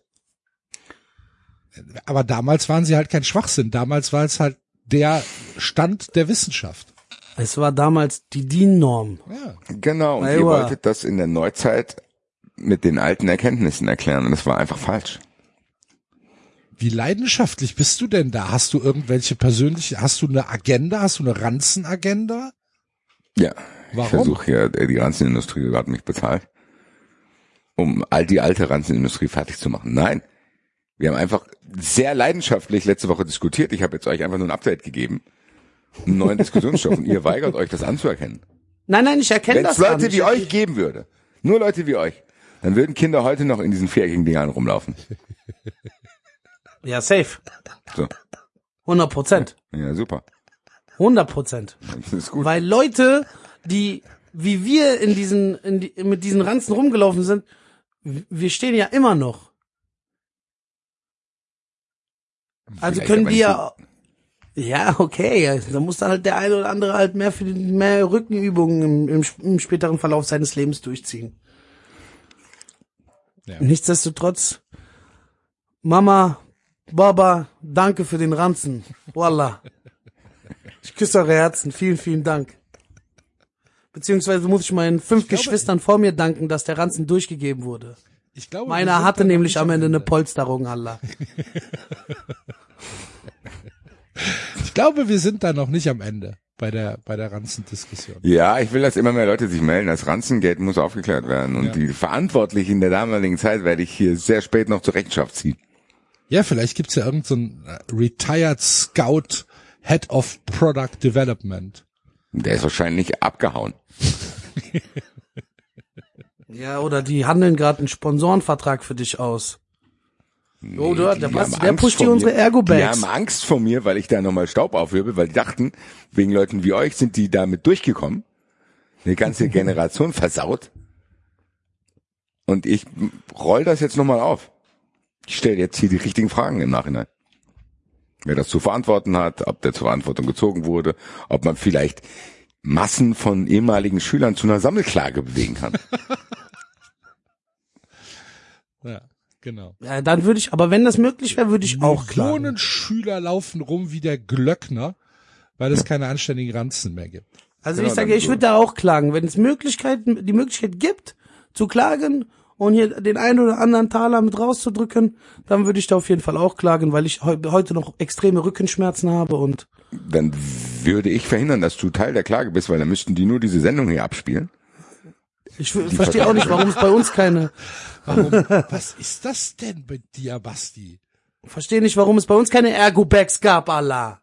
Aber damals waren sie halt kein Schwachsinn. Damals war es halt der Stand der Wissenschaft. Es war damals die DIN-Norm. Ja. Genau, und ihr Aiwa. wolltet das in der Neuzeit mit den alten Erkenntnissen erklären und das war einfach falsch. Wie leidenschaftlich bist du denn da? Hast du irgendwelche hast du eine Agenda? Hast du eine Ranzenagenda? Ja, Warum? ich versuche hier, die Ranzenindustrie hat mich bezahlt, um all die alte Ranzenindustrie fertig zu machen. Nein, Wir haben einfach sehr leidenschaftlich letzte Woche diskutiert. Ich habe jetzt euch einfach nur ein Update gegeben. Einen neuen Diskussionsstoff. Und ihr weigert euch, das anzuerkennen. Nein, ich erkenne Wenn es das Leute wie euch geben würde, nur Leute wie euch, dann würden Kinder heute noch in diesen viereckigen Dingern rumlaufen. Ja, safe. So. 100%. Ja, super. 100%. Das ist gut. Weil Leute, die, wie wir mit diesen Ranzen rumgelaufen sind, wir stehen ja immer noch. Also Vielleicht können aber wir, nicht ja, okay, da muss dann halt der eine oder andere halt mehr Rückenübungen im späteren Verlauf seines Lebens durchziehen. Ja. Nichtsdestotrotz, Mama, Baba, danke für den Ranzen. Wallah. Ich küsse eure Herzen. Vielen, vielen Dank. Beziehungsweise muss ich meinen 5 Geschwistern vor mir danken, dass der Ranzen durchgegeben wurde. Ich glaube, Meiner hatte nämlich am Ende eine Polsterung, Allah. Ich glaube, wir sind da noch nicht am Ende bei der Ranzendiskussion. Ja, ich will, dass immer mehr Leute sich melden. Das Ranzengeld muss aufgeklärt werden. Und Ja. die Verantwortlichen der damaligen Zeit werde ich hier sehr spät noch zur Rechenschaft ziehen. Ja, vielleicht gibt's ja irgend so ein Retired Scout Head of Product Development. Der ist wahrscheinlich abgehauen. Ja, oder die handeln gerade einen Sponsorenvertrag für dich aus. Oder der Die Basti, haben der Angst pusht dir vor unsere mir. Ergo-Bags. Die haben Angst vor mir, weil ich da nochmal Staub aufwirbel, weil die dachten, wegen Leuten wie euch sind die damit durchgekommen. Eine ganze Generation versaut. Und ich roll das jetzt nochmal auf. Ich stelle jetzt hier die richtigen Fragen im Nachhinein. Wer das zu verantworten hat, ob der zur Verantwortung gezogen wurde, ob man vielleicht Massen von ehemaligen Schülern zu einer Sammelklage bewegen kann. Ja, genau. Ja, dann würde ich, aber wenn das möglich wäre, würde ich auch klagen. Millionen Schüler laufen rum wie der Glöckner, weil es keine anständigen Ranzen mehr gibt. Also Genau, ich sage, dann ich so. würde da auch klagen, wenn es die Möglichkeit gibt, zu klagen und hier den einen oder anderen Taler mit rauszudrücken, dann würde ich da auf jeden Fall auch klagen, weil ich heute noch extreme Rückenschmerzen habe und Dann würde ich verhindern, dass du Teil der Klage bist, weil dann müssten die nur diese Sendung hier abspielen. ich verstehe auch nicht, warum es bei uns Warum? Was ist das denn bei dir, Basti? verstehe nicht, warum es bei uns keine Ergo-Bags gab, Allah.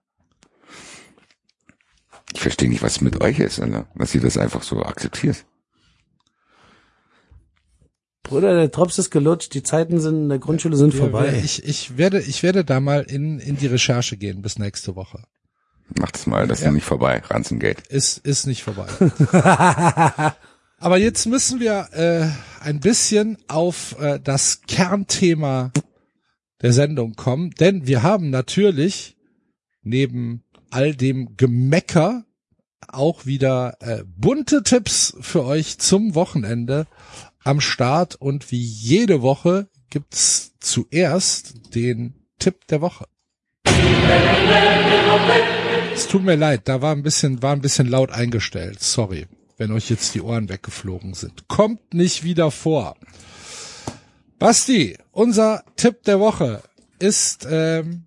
Ich verstehe nicht, was mit euch ist, Alter, dass ihr das einfach so akzeptiert. Bruder, der Drops ist gelutscht, die Zeiten in der Grundschule sind vorbei. Ich werde da mal in die Recherche gehen bis nächste Woche. Macht es mal, das ist noch nicht vorbei, Ranzengeld. Ist nicht vorbei. Aber jetzt müssen wir ein bisschen auf das Kernthema der Sendung kommen, denn wir haben natürlich neben all dem Gemecker auch wieder bunte Tipps für euch zum Wochenende am Start und wie jede Woche gibt's zuerst den Tipp der Woche. Es tut mir leid, da war ein bisschen laut eingestellt. Sorry, wenn euch jetzt die Ohren weggeflogen sind. Kommt nicht wieder vor. Basti, unser Tipp der Woche ist ein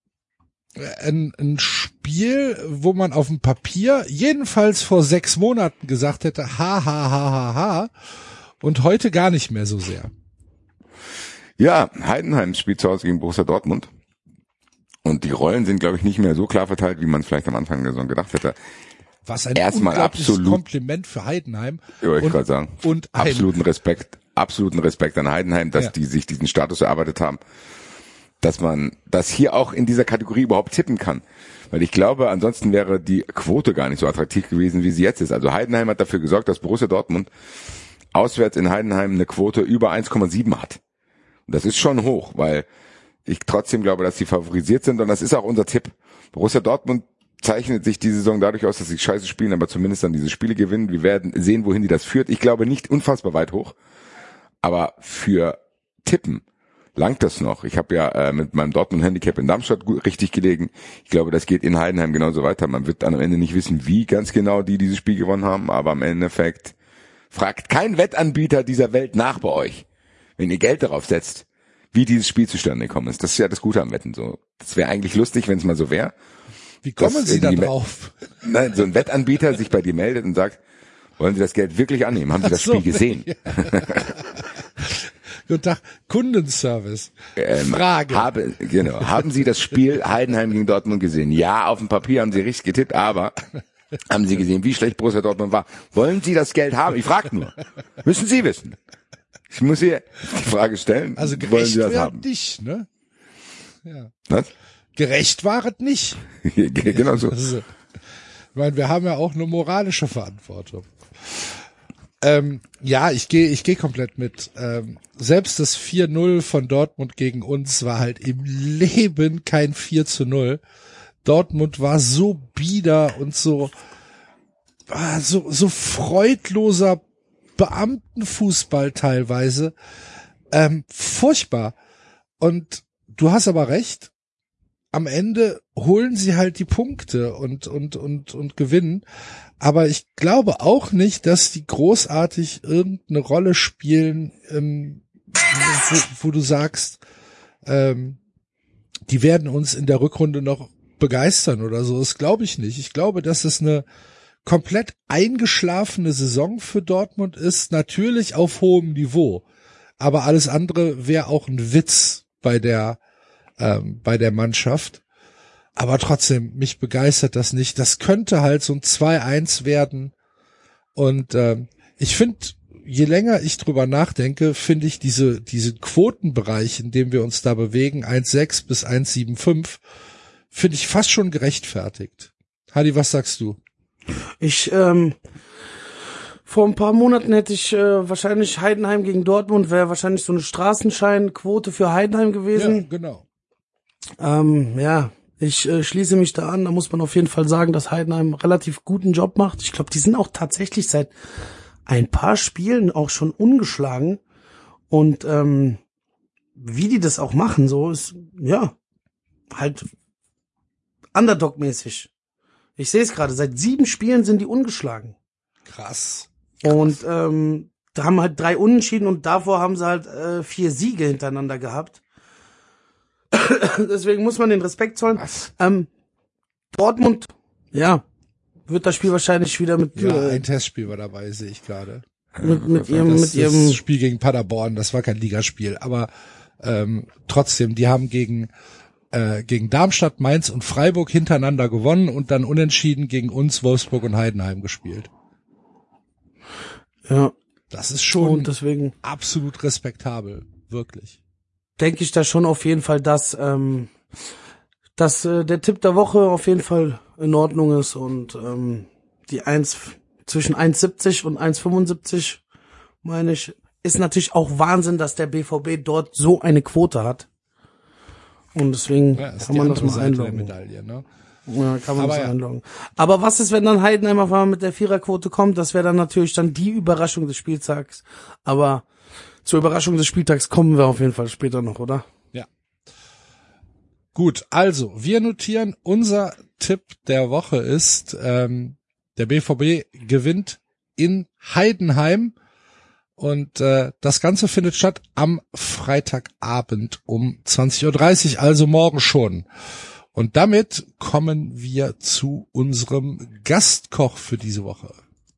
Spiel, wo man auf dem Papier jedenfalls vor 6 Monaten gesagt hätte, ha, ha, ha, ha, ha, und heute gar nicht mehr so sehr. Ja, Heidenheim spielt zu Hause gegen Borussia Dortmund. Und die Rollen sind, glaube ich, nicht mehr so klar verteilt, wie man es vielleicht am Anfang der Saison gedacht hätte. Was ein Erstmal unglaubliches absolut- Kompliment für Heidenheim. Ja, ich gerade sagen. Und Absoluten Respekt an Heidenheim, dass Ja. die sich diesen Status erarbeitet haben. Dass man das hier auch in dieser Kategorie überhaupt tippen kann. Weil ich glaube, ansonsten wäre die Quote gar nicht so attraktiv gewesen, wie sie jetzt ist. Also Heidenheim hat dafür gesorgt, dass Borussia Dortmund auswärts in Heidenheim eine Quote über 1,7 hat. Und das ist schon hoch, weil ich trotzdem glaube, dass sie favorisiert sind und das ist auch unser Tipp. Borussia Dortmund zeichnet sich die Saison dadurch aus, dass sie scheiße spielen, aber zumindest dann diese Spiele gewinnen. Wir werden sehen, wohin die das führt. Ich glaube nicht unfassbar weit hoch, aber für Tippen langt das noch. Ich habe ja mit meinem Dortmund-Handicap in Darmstadt richtig gelegen. Ich glaube, das geht in Heidenheim genauso weiter. Man wird dann am Ende nicht wissen, wie ganz genau die dieses Spiel gewonnen haben, aber im Endeffekt fragt kein Wettanbieter dieser Welt nach bei euch, wenn ihr Geld darauf setzt, wie dieses Spiel zustande gekommen ist. Das ist ja das Gute am Wetten. So, das wäre eigentlich lustig, wenn es mal so wäre. wie kommen dass, Sie da die- drauf? Nein, so ein Wettanbieter sich bei dir meldet und sagt, wollen Sie das Geld wirklich annehmen? Haben Sie das Ach so. Spiel gesehen? Guten Tag, Kundenservice. Frage. Haben Sie das Spiel Heidenheim gegen Dortmund gesehen? Ja, auf dem Papier haben Sie richtig getippt, aber haben Sie gesehen, wie schlecht Borussia Dortmund war? Wollen Sie das Geld haben? Ich frage nur. Müssen Sie wissen. Ich muss hier die Frage stellen. Also wollen gerecht Sie das war haben? es nicht, ne? Ja. Was? Gerecht war es nicht. Genau so. Also, ich meine, wir haben ja auch eine moralische Verantwortung. Ja, ich geh komplett mit. Selbst das 4-0 von Dortmund gegen uns war halt im Leben kein 4-0. Dortmund war so bieder und so freudloser Beamtenfußball teilweise. Furchtbar. Und du hast aber recht. Am Ende holen sie halt die Punkte und gewinnen. Aber ich glaube auch nicht, dass die großartig irgendeine Rolle spielen, wo du sagst, die werden uns in der Rückrunde noch begeistern oder so. Das glaube ich nicht. Ich glaube, dass es eine komplett eingeschlafene Saison für Dortmund ist, natürlich auf hohem Niveau. Aber alles andere wäre auch ein Witz bei der Mannschaft. Aber trotzdem, mich begeistert das nicht. Das könnte halt so ein 2-1 werden. Und ich finde, je länger ich drüber nachdenke, finde ich diese Quotenbereich, in dem wir uns da bewegen, 1,6 bis 1,75, finde ich fast schon gerechtfertigt. Hadi, was sagst du? Vor ein paar Monaten hätte ich wahrscheinlich Heidenheim gegen Dortmund, wäre wahrscheinlich so eine Straßenscheinquote für Heidenheim gewesen. Ja, genau. Ich schließe mich da an. Da muss man auf jeden Fall sagen, dass Heidenheim einen relativ guten Job macht. Ich glaube, die sind auch tatsächlich seit ein paar Spielen auch schon ungeschlagen. Und wie die das auch machen, so ist, ja, halt Underdog-mäßig. Ich sehe es gerade, seit 7 Spielen sind die ungeschlagen. Krass. Und da haben halt 3 Unentschieden und davor haben sie halt 4 Siege hintereinander gehabt. Deswegen muss man den Respekt zollen. Dortmund, ja, wird das Spiel wahrscheinlich wieder mit ein Testspiel war dabei, sehe ich gerade. Mit ihrem Das Spiel gegen Paderborn, das war kein Ligaspiel, aber trotzdem, die haben gegen Darmstadt, Mainz und Freiburg hintereinander gewonnen und dann unentschieden gegen uns, Wolfsburg und Heidenheim gespielt. Ja. Das ist schon und deswegen absolut respektabel, wirklich. Denke ich da schon auf jeden Fall, dass der Tipp der Woche auf jeden Fall in Ordnung ist und die zwischen 1,70 und 1,75, meine ich, ist natürlich auch Wahnsinn, dass der BVB dort so eine Quote hat. Und deswegen kann man das mal einloggen. Medaille, ne? Ja, kann man das einloggen. Aber was ist, wenn dann Heidenheim auf einmal mit der Viererquote kommt? Das wäre dann natürlich dann die Überraschung des Spieltags. Aber zur Überraschung des Spieltags kommen wir auf jeden Fall später noch, oder? Ja. Gut, also wir notieren, unser Tipp der Woche ist, der BVB gewinnt in Heidenheim und das Ganze findet statt am Freitagabend um 20:30 Uhr, also morgen schon. Und damit kommen wir zu unserem Gastkoch für diese Woche.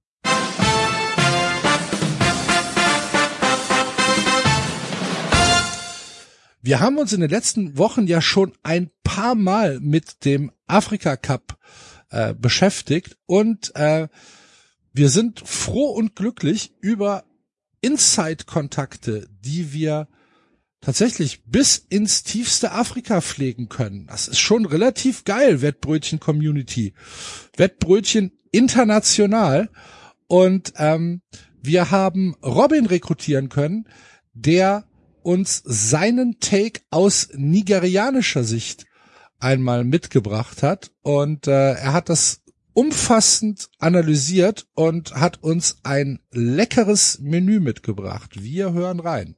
Wir haben uns in den letzten Wochen ja schon ein paar Mal mit dem Afrika Cup beschäftigt und wir sind froh und glücklich über Inside-Kontakte, die wir tatsächlich bis ins tiefste Afrika pflegen können. Das ist schon relativ geil, Wettbrötchen-Community. Wettbrötchen international. Und wir haben Robin rekrutieren können, der uns seinen Take aus nigerianischer Sicht einmal mitgebracht hat. Und er hat das umfassend analysiert und hat uns ein leckeres Menü mitgebracht. Wir hören rein.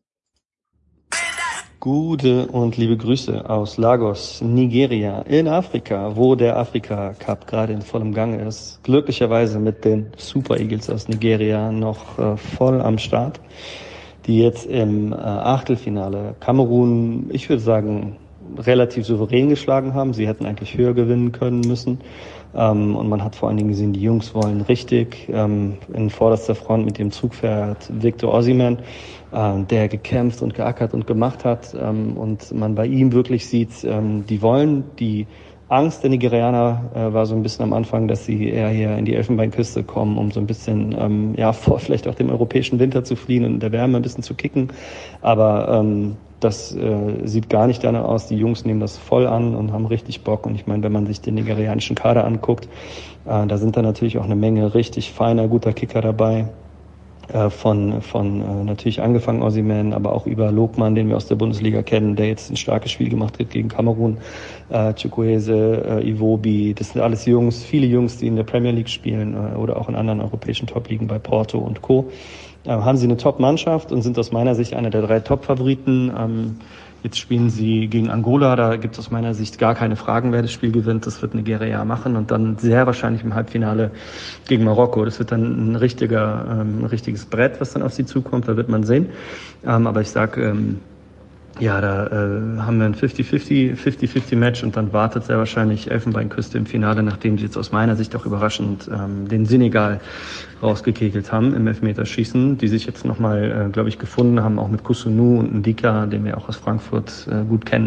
Gute und liebe Grüße aus Lagos, Nigeria, in Afrika, wo der Afrika Cup gerade in vollem Gange ist. Glücklicherweise mit den Super Eagles aus Nigeria noch voll am Start, die jetzt im Achtelfinale Kamerun, ich würde sagen, relativ souverän geschlagen haben. Sie hätten eigentlich höher gewinnen können müssen. Und man hat vor allen Dingen gesehen, die Jungs wollen richtig. In vorderster Front mit dem Zugpferd Victor Osimhen, der gekämpft und geackert und gemacht hat. Und man bei ihm wirklich sieht, die wollen. Die Angst der Nigerianer war so ein bisschen am Anfang, dass sie eher hier in die Elfenbeinküste kommen, um so ein bisschen vor vielleicht auch dem europäischen Winter zu fliehen und in der Wärme ein bisschen zu kicken. Aber das sieht gar nicht danach aus. Die Jungs nehmen das voll an und haben richtig Bock. Und ich meine, wenn man sich den nigerianischen Kader anguckt, da sind da natürlich auch eine Menge richtig feiner, guter Kicker dabei. Von natürlich angefangen Osimhen, aber auch über Lokman, den wir aus der Bundesliga kennen, der jetzt ein starkes Spiel gemacht hat gegen Kamerun, Chukwueze, Iwobi, das sind alles Jungs, viele Jungs, die in der Premier League spielen oder auch in anderen europäischen Top-Ligen bei Porto und Co. Haben sie eine Top-Mannschaft und sind aus meiner Sicht einer der 3 Top-Favoriten. Jetzt spielen sie gegen Angola, da gibt es aus meiner Sicht gar keine Fragen, wer das Spiel gewinnt. Das wird Nigeria machen und dann sehr wahrscheinlich im Halbfinale gegen Marokko. Das wird dann ein richtiges Brett, was dann auf sie zukommt, da wird man sehen. Aber ich sag, da haben wir ein 50-50 Match und dann wartet sehr wahrscheinlich Elfenbeinküste im Finale, nachdem sie jetzt aus meiner Sicht auch überraschend den Senegal rausgekegelt haben im Elfmeterschießen, die sich jetzt nochmal, glaube ich, gefunden haben, auch mit Kusunu und Ndika, den wir auch aus Frankfurt gut kennen,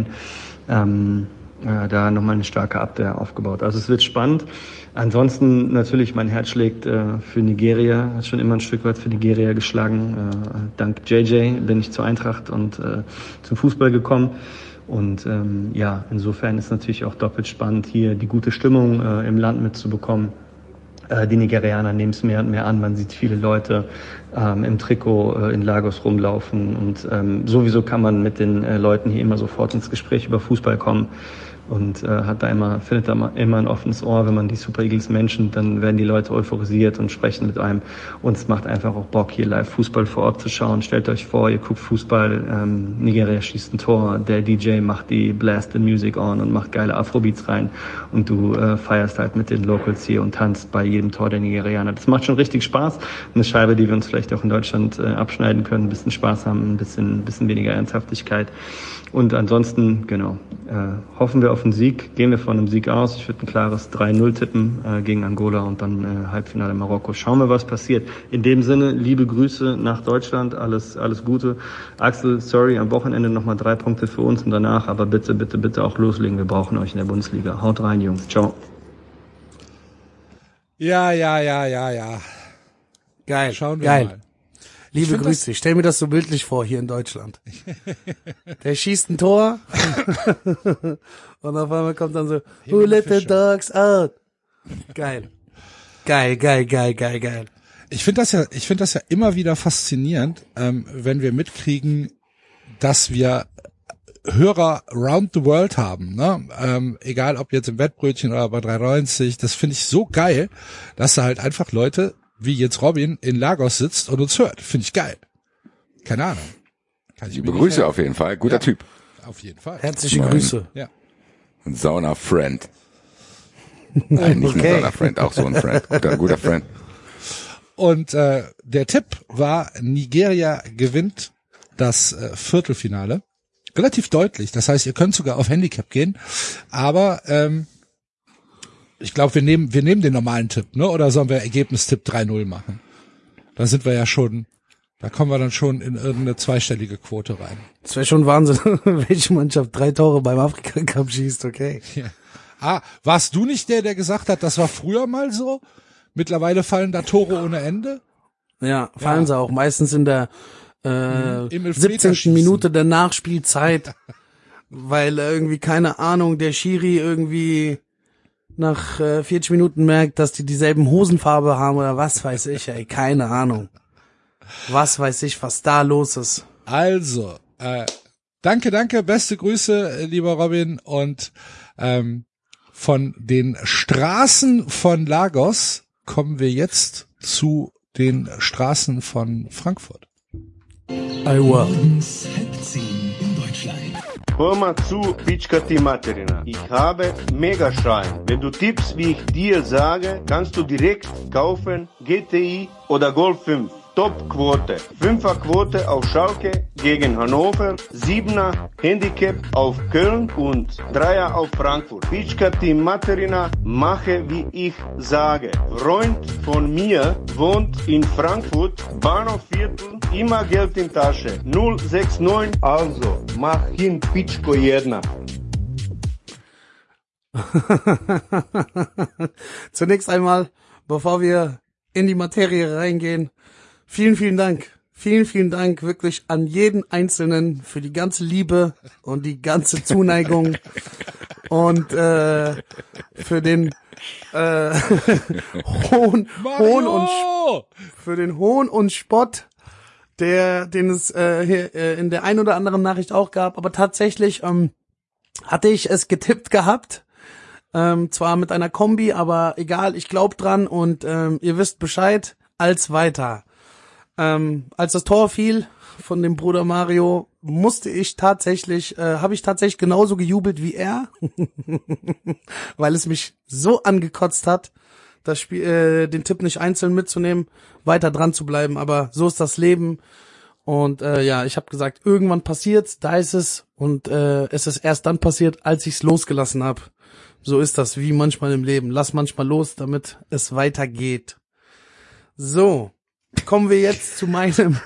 da nochmal eine starke Abwehr aufgebaut. Also es wird spannend. Ansonsten natürlich, mein Herz schlägt für Nigeria, hat schon immer ein Stück weit für Nigeria geschlagen. Dank JJ bin ich zur Eintracht und zum Fußball gekommen. Und insofern ist natürlich auch doppelt spannend, hier die gute Stimmung im Land mitzubekommen. Die Nigerianer nehmen es mehr und mehr an. Man sieht viele Leute im Trikot in Lagos rumlaufen. Und sowieso kann man mit den Leuten hier immer sofort ins Gespräch über Fußball kommen. Und findet da immer ein offenes Ohr, wenn man die Super Eagles mention, dann werden die Leute euphorisiert und sprechen mit einem. Und es macht einfach auch Bock, hier live Fußball vor Ort zu schauen. Stellt euch vor, ihr guckt Fußball, Nigeria schießt ein Tor, der DJ macht die Blast the Music on und macht geile Afrobeats rein und du feierst halt mit den Locals hier und tanzt bei jedem Tor der Nigerianer. Das macht schon richtig Spaß. Eine Scheibe, die wir uns vielleicht auch in Deutschland abschneiden können, ein bisschen Spaß haben, ein bisschen weniger Ernsthaftigkeit. Und ansonsten, hoffen wir auf einen Sieg, gehen wir von einem Sieg aus. Ich würde ein klares 3-0 tippen gegen Angola und dann Halbfinale Marokko. Schauen wir, was passiert. In dem Sinne, liebe Grüße nach Deutschland, alles Gute. Axel, sorry, am Wochenende nochmal 3 Punkte für uns und danach, aber bitte, bitte, bitte auch loslegen. Wir brauchen euch in der Bundesliga. Haut rein, Jungs. Ciao. Ja. Geil. Schauen wir Geil. mal. Liebe Grüße, ich stell mir das so bildlich vor hier in Deutschland. Der schießt ein Tor und auf einmal kommt dann so, who let the dogs out? Geil. Ich finde das ja immer wieder faszinierend, wenn wir mitkriegen, dass wir Hörer round the world haben, ne? Egal ob jetzt im Wettbrötchen oder bei 390, das finde ich so geil, dass da halt einfach Leute wie jetzt Robin in Lagos sitzt und uns hört. Finde ich geil. Keine Ahnung. Liebe Grüße auf jeden Fall. Guter Typ. Auf jeden Fall. Herzliche Grüße. Ja. Ein Sauna-Friend. Nein, nicht ein Sauna-Friend, auch so ein Friend. Guter Friend. Und der Tipp war, Nigeria gewinnt das Viertelfinale. Relativ deutlich. Das heißt, ihr könnt sogar auf Handicap gehen. Aber ich glaube, wir nehmen den normalen Tipp, ne? Oder sollen wir Ergebnistipp 3-0 machen? Da sind wir ja schon, da kommen wir dann schon in irgendeine zweistellige Quote rein. Das wäre schon Wahnsinn, welche Mannschaft 3 Tore beim Afrika Cup schießt, okay. Ja. Warst du nicht der gesagt hat, das war früher mal so? Mittlerweile fallen da Tore ohne Ende? Ja, fallen sie auch. Meistens in der 17. Minute der Nachspielzeit, weil irgendwie, keine Ahnung, der Schiri irgendwie nach 40 Minuten merkt, dass die dieselben Hosenfarbe haben oder was weiß ich, ey, keine Ahnung. Was weiß ich, was da los ist. Also, danke, beste Grüße, lieber Robin, und von den Straßen von Lagos kommen wir jetzt zu den Straßen von Frankfurt. Iowa. Hör mal zu, Pitschkati Materina. Ich habe Megaschein. Wenn du tippst, wie ich dir sage, kannst du direkt kaufen GTI oder Golf 5. Top-Quote. 5er-Quote auf Schalke gegen Hannover, 7er Handicap auf Köln und 3er auf Frankfurt. Pička Materina, mache wie ich sage. Freund von mir wohnt in Frankfurt, Bahnhofviertel, immer Geld in Tasche. 069, also mach hin Pičko jedna. Zunächst einmal, bevor wir in die Materie reingehen, vielen Dank. Vielen Dank wirklich an jeden Einzelnen für die ganze Liebe und die ganze Zuneigung und für den Hohn und Spott, den es hier in der ein oder anderen Nachricht auch gab. Aber tatsächlich hatte ich es getippt gehabt. Zwar mit einer Kombi, aber egal, ich glaub dran und ihr wisst Bescheid, als weiter. Als das Tor fiel von dem Bruder Mario, habe ich tatsächlich genauso gejubelt wie er, weil es mich so angekotzt hat, das Spiel, den Tipp nicht einzeln mitzunehmen, weiter dran zu bleiben, aber so ist das Leben. Und ich habe gesagt, irgendwann passiert's, da ist es und es ist erst dann passiert, als ich's losgelassen habe. So ist das, wie manchmal im Leben. Lass manchmal los, damit es weitergeht. So, kommen wir jetzt zu meinem...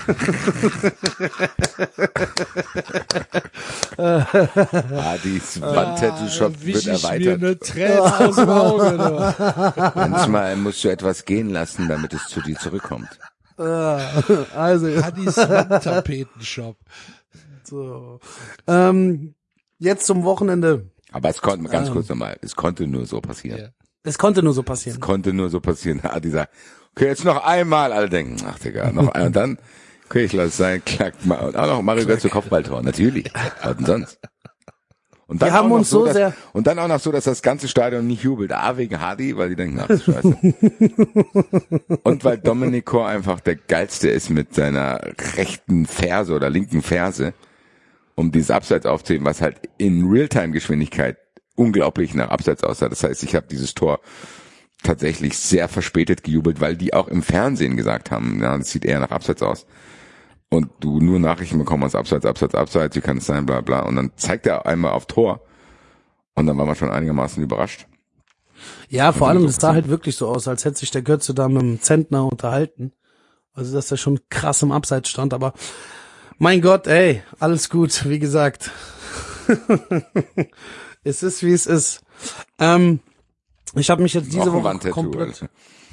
Hadis Wandtattoo-Shop wird erweitert. Mir eine Träne aus dem Auge. Manchmal musst du etwas gehen lassen, damit es zu dir zurückkommt. Also, Hadis Wandtapetenshop. So. Jetzt zum Wochenende. Aber es konnte, ganz kurz nochmal, es konnte nur so passieren. Ja. Es konnte nur so passieren. Es konnte nur so passieren. Hadi sagt, okay, jetzt noch einmal, alle denken, ach Digga, noch ein, und dann, okay, ich lasse es sein, klackt mal, und auch noch Mario Götze Kopfballtor, natürlich, was denn sonst? Und dann Wir haben auch noch uns so dass, sehr... Und dann auch noch so, dass das ganze Stadion nicht jubelt. A, wegen Hadi, weil die denken, ach, scheiße. Und weil Domenico einfach der Geilste ist mit seiner rechten Ferse oder linken Ferse, um dieses Abseits aufzuheben, was halt in Realtime-Geschwindigkeit unglaublich nach Abseits aussah. Das heißt, ich habe dieses Tor tatsächlich sehr verspätet gejubelt, weil die auch im Fernsehen gesagt haben, ja, das sieht eher nach Abseits aus. Und du nur Nachrichten bekommen hast, Abseits, wie kann es sein, bla bla. Und dann zeigt er einmal auf Tor und dann war man schon einigermaßen überrascht. Ja, vor allem, es sah halt wirklich so aus, als hätte sich der Götze da mit dem Zentner unterhalten. Also, dass er schon krass im Abseits stand, aber mein Gott, ey, alles gut, wie gesagt. Es ist, wie es ist. Ich habe mich jetzt diese Woche komplett...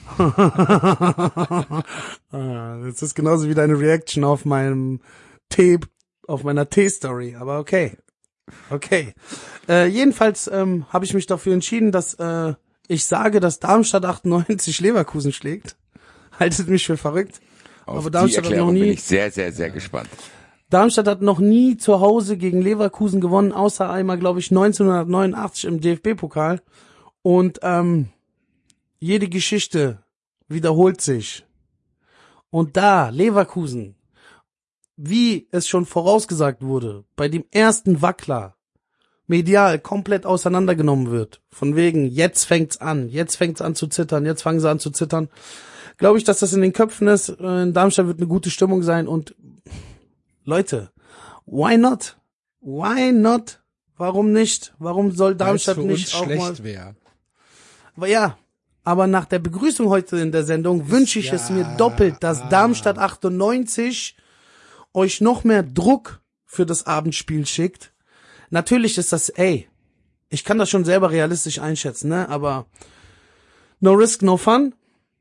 Das ist genauso wie deine Reaction auf meinem auf meiner T-Story, aber okay. Jedenfalls habe ich mich dafür entschieden, dass ich sage, dass Darmstadt 98 Leverkusen schlägt. Haltet mich für verrückt. Auf aber Darmstadt die Erklärung hat noch nie, bin ich sehr, sehr, sehr gespannt. Darmstadt hat noch nie zu Hause gegen Leverkusen gewonnen, außer einmal, glaube ich, 1989 im DFB-Pokal. Und jede Geschichte wiederholt sich. Und da Leverkusen, wie es schon vorausgesagt wurde, bei dem ersten Wackler medial komplett auseinandergenommen wird, von wegen, jetzt fängt's an zu zittern, jetzt fangen sie an zu zittern, glaube ich, dass das in den Köpfen ist. In Darmstadt wird eine gute Stimmung sein und Leute, why not? Warum nicht? Warum soll Darmstadt Weil's für nicht uns auch schlecht mal... wäre. Ja, aber nach der Begrüßung heute in der Sendung wünsche ich es mir doppelt, dass Darmstadt 98 euch noch mehr Druck für das Abendspiel schickt. Natürlich ist das, ich kann das schon selber realistisch einschätzen, ne? Aber no risk, no fun.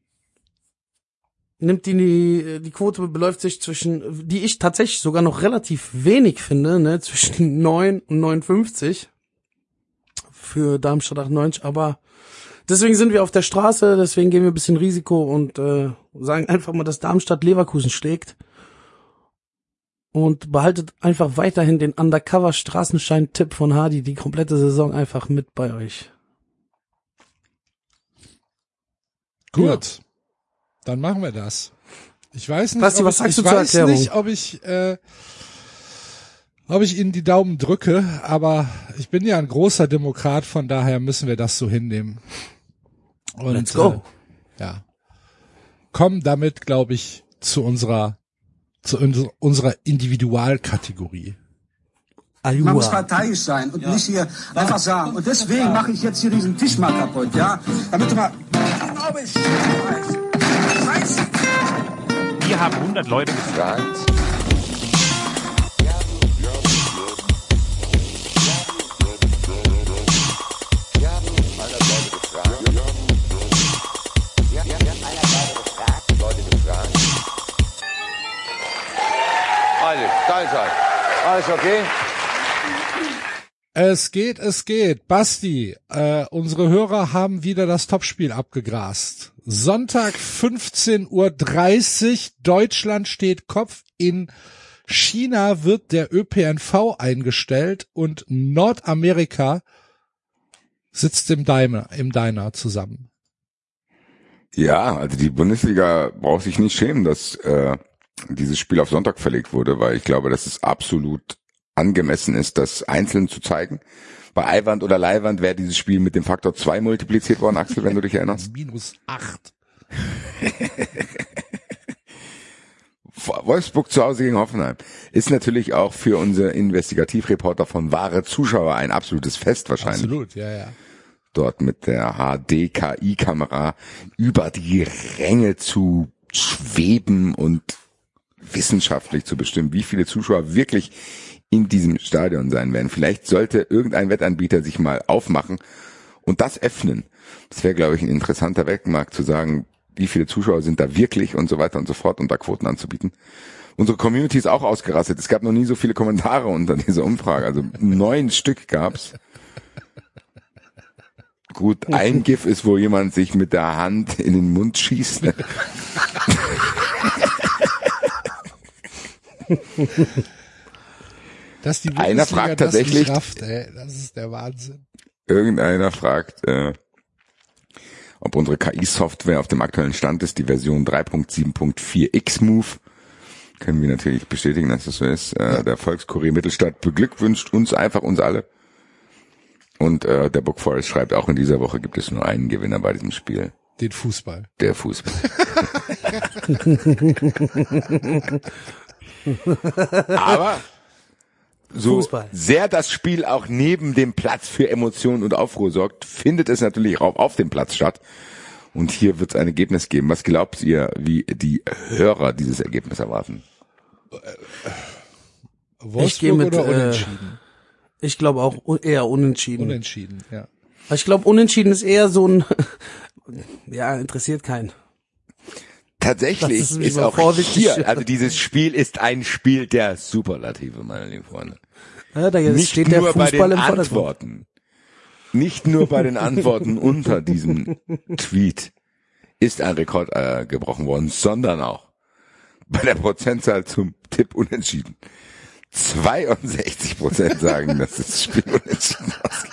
Nimmt die Quote beläuft sich zwischen, die ich tatsächlich sogar noch relativ wenig finde, ne? Zwischen 9 und 59 für Darmstadt 98, aber deswegen sind wir auf der Straße, deswegen gehen wir ein bisschen Risiko und sagen einfach mal, dass Darmstadt Leverkusen schlägt. Und behaltet einfach weiterhin den Undercover-Straßenschein-Tipp von Hadi die komplette Saison einfach mit bei euch. Gut, dann machen wir das. Ich weiß nicht, Basti, was sagst du zur Erklärung? Ich weiß nicht, ob ich Ihnen die Daumen drücke, aber ich bin ja ein großer Demokrat, von daher müssen wir das so hinnehmen. Und, Let's go. Kommen damit, glaube ich, zu unserer zu unserer Individualkategorie. Man muss parteiisch sein und nicht hier einfach sagen. Und deswegen mache ich jetzt hier diesen Tisch mal kaputt, ja? Damit du mal... Wir haben 100 Leute gefragt. Alles okay? Es geht. Basti, unsere Hörer haben wieder das Topspiel abgegrast. Sonntag 15:30 Uhr, Deutschland steht Kopf. In China wird der ÖPNV eingestellt und Nordamerika sitzt im Diner zusammen. Ja, also die Bundesliga braucht sich nicht schämen, dass dieses Spiel auf Sonntag verlegt wurde, weil ich glaube, dass es absolut angemessen ist, das einzeln zu zeigen. Bei Eiwand oder Leihwand wäre dieses Spiel mit dem Faktor 2 multipliziert worden, Axel, wenn du dich erinnerst. -8. Wolfsburg zu Hause gegen Hoffenheim ist natürlich auch für unsere Investigativreporter von Wahre Zuschauer ein absolutes Fest wahrscheinlich. Absolut, ja. Dort mit der HD-KI-Kamera über die Ränge zu schweben und wissenschaftlich zu bestimmen, wie viele Zuschauer wirklich in diesem Stadion sein werden. Vielleicht sollte irgendein Wettanbieter sich mal aufmachen und das öffnen. Das wäre, glaube ich, ein interessanter Wettmarkt zu sagen, wie viele Zuschauer sind da wirklich und so weiter und so fort, und da Quoten anzubieten. Unsere Community ist auch ausgerastet. Es gab noch nie so viele Kommentare unter dieser Umfrage. Also 9 Stück gab's. Gut, ein GIF ist, wo jemand sich mit der Hand in den Mund schießt. Dass die Einer fragt tatsächlich, Kraft, das ist der Wahnsinn. Irgendeiner fragt, ob unsere KI-Software auf dem aktuellen Stand ist, die Version 3.7.4 X-Move. Können wir natürlich bestätigen, dass das so ist. Der Volkskurier Mittelstadt beglückwünscht uns alle. Und der Book Forest schreibt, auch in dieser Woche gibt es nur einen Gewinner bei diesem Spiel. Den Fußball. Der Fußball. Aber so Fußball. sehr das Spiel auch neben dem Platz für Emotionen und Aufruhr sorgt, findet es natürlich auch auf dem Platz statt. Und hier wird es ein Ergebnis geben. Was glaubt ihr, wie die Hörer dieses Ergebnis erwarten? Wolfsburg oder Unentschieden? Ich glaube auch eher Unentschieden. Unentschieden, ja. Ich glaube, Unentschieden ist eher so ein, ja, interessiert keinen. Tatsächlich ist auch hier, also dieses Spiel ist ein Spiel der Superlative, meine lieben Freunde. Ja, da nicht steht nur der bei Fußball den im Vordergrund. Antworten. Nicht nur bei den Antworten unter diesem Tweet ist ein Rekord gebrochen worden, sondern auch bei der Prozentzahl zum Tipp Unentschieden. 62% sagen, dass das Spiel unentschieden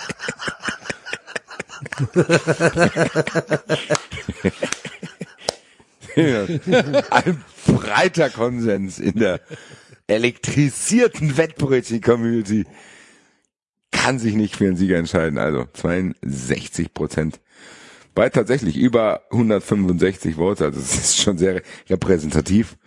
ausgeht. Ein breiter Konsens in der elektrisierten Wettbrötchen-Community kann sich nicht für einen Sieger entscheiden. Also 62% bei tatsächlich über 165 Votes. Also es ist schon sehr repräsentativ.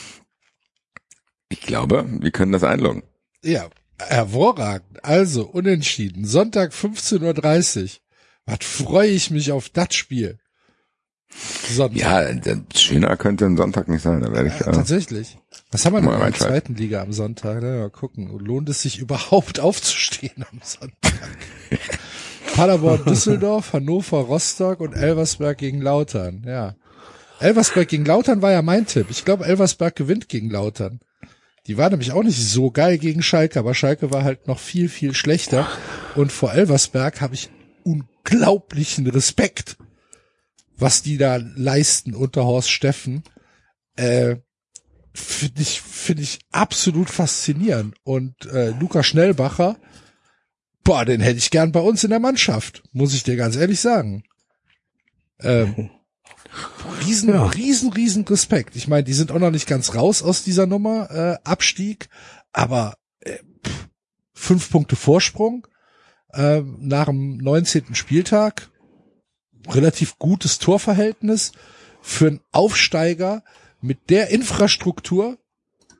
Ich glaube, wir können das einloggen. Ja, hervorragend. Also, Unentschieden. Sonntag 15:30 Uhr. Was freue ich mich auf das Spiel. Sonntag. Ja, schöner könnte ein Sonntag nicht sein. Da werde ich tatsächlich. Was haben wir noch in der Zeit. zweiten Liga am Sonntag? Mal gucken. Lohnt es sich überhaupt aufzustehen am Sonntag? Paderborn, Düsseldorf, Hannover, Rostock und Elversberg gegen Lautern. Ja. Elversberg gegen Lautern war ja mein Tipp. Ich glaube, Elversberg gewinnt gegen Lautern. Die war nämlich auch nicht so geil gegen Schalke, aber Schalke war halt noch viel, viel schlechter. Und vor Elversberg habe ich unglaublichen Respekt, was die da leisten unter Horst Steffen. Finde ich absolut faszinierend. Und Luca Schnellbacher, den hätte ich gern bei uns in der Mannschaft, muss ich dir ganz ehrlich sagen. Riesen Respekt. Ich meine, die sind auch noch nicht ganz raus aus dieser Nummer, Abstieg, aber 5 Punkte Vorsprung nach dem 19. Spieltag, relativ gutes Torverhältnis für einen Aufsteiger mit der Infrastruktur,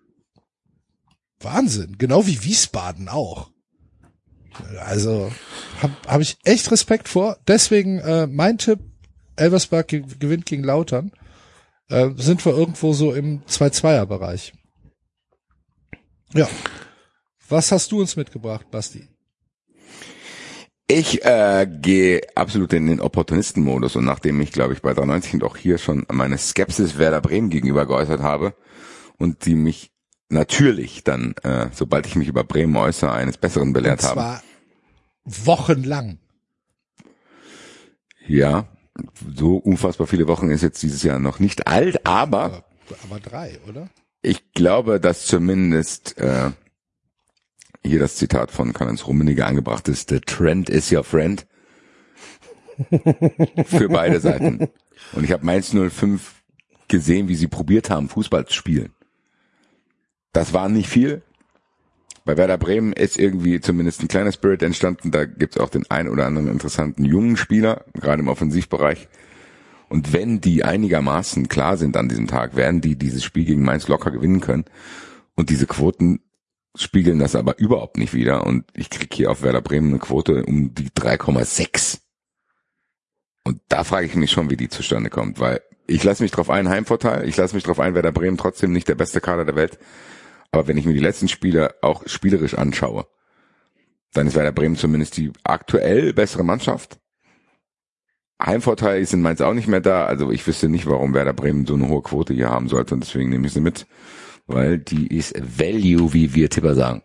Wahnsinn. Genau wie Wiesbaden auch. Also hab ich echt Respekt vor. Deswegen mein Tipp, Elversberg gewinnt gegen Lautern. Sind wir irgendwo so im 2-2er-Bereich. Ja. Was hast du uns mitgebracht, Basti? Ich gehe absolut in den Opportunistenmodus und nachdem ich, glaube ich, bei 93 und auch hier schon meine Skepsis Werder Bremen gegenüber geäußert habe und die mich natürlich dann, sobald ich mich über Bremen äußere, eines Besseren belehrt haben. Und zwar wochenlang. Ja, so unfassbar viele Wochen ist jetzt dieses Jahr noch nicht alt, aber 3, oder? Ich glaube, dass zumindest hier das Zitat von Karl-Heinz Rummenigge angebracht ist: The trend is your friend. Für beide Seiten. Und ich habe Mainz 05 gesehen, wie sie probiert haben, Fußball zu spielen. Das war nicht viel. Bei Werder Bremen ist irgendwie zumindest ein kleiner Spirit entstanden. Da gibt's auch den einen oder anderen interessanten jungen Spieler, gerade im Offensivbereich. Und wenn die einigermaßen klar sind an diesem Tag, werden die dieses Spiel gegen Mainz locker gewinnen können. Und diese Quoten spiegeln das aber überhaupt nicht wider. Und ich krieg hier auf Werder Bremen eine Quote um die 3,6. Und da frage ich mich schon, wie die zustande kommt. Weil ich lasse mich drauf ein, Heimvorteil. Ich lasse mich drauf ein, Werder Bremen trotzdem nicht der beste Kader der Welt. Aber wenn ich mir die letzten Spiele auch spielerisch anschaue, dann ist Werder Bremen zumindest die aktuell bessere Mannschaft. Heimvorteil ist in Mainz auch nicht mehr da, also ich wüsste nicht, warum Werder Bremen so eine hohe Quote hier haben sollte und deswegen nehme ich sie mit, weil die ist Value, wie wir Tipper sagen.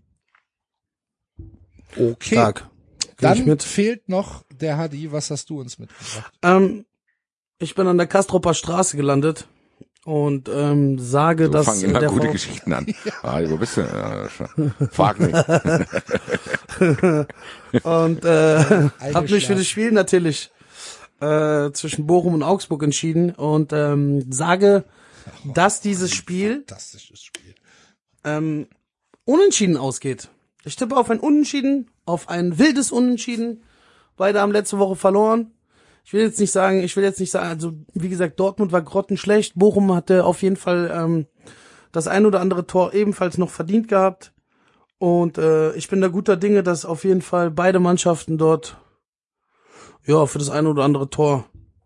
Okay, Stark. dann fehlt noch der Hadi, was hast du uns mitgebracht? Ich bin an der Kastropper Straße gelandet und sage, So dass fangen immer der gute V- Geschichten an. Wo bist du? Frag mich. und habe mich für das Spiel natürlich zwischen Bochum und Augsburg entschieden und sage, dass dieses Spiel Fantastisches Spiel. unentschieden ausgeht. Ich tippe auf ein Unentschieden, auf ein wildes Unentschieden. Beide haben letzte Woche verloren. Ich will jetzt nicht sagen, also wie gesagt, Dortmund war grottenschlecht. Bochum hatte auf jeden Fall das ein oder andere Tor ebenfalls noch verdient gehabt. Und ich bin da guter Dinge, dass auf jeden Fall beide Mannschaften dort ja für das eine oder andere Tor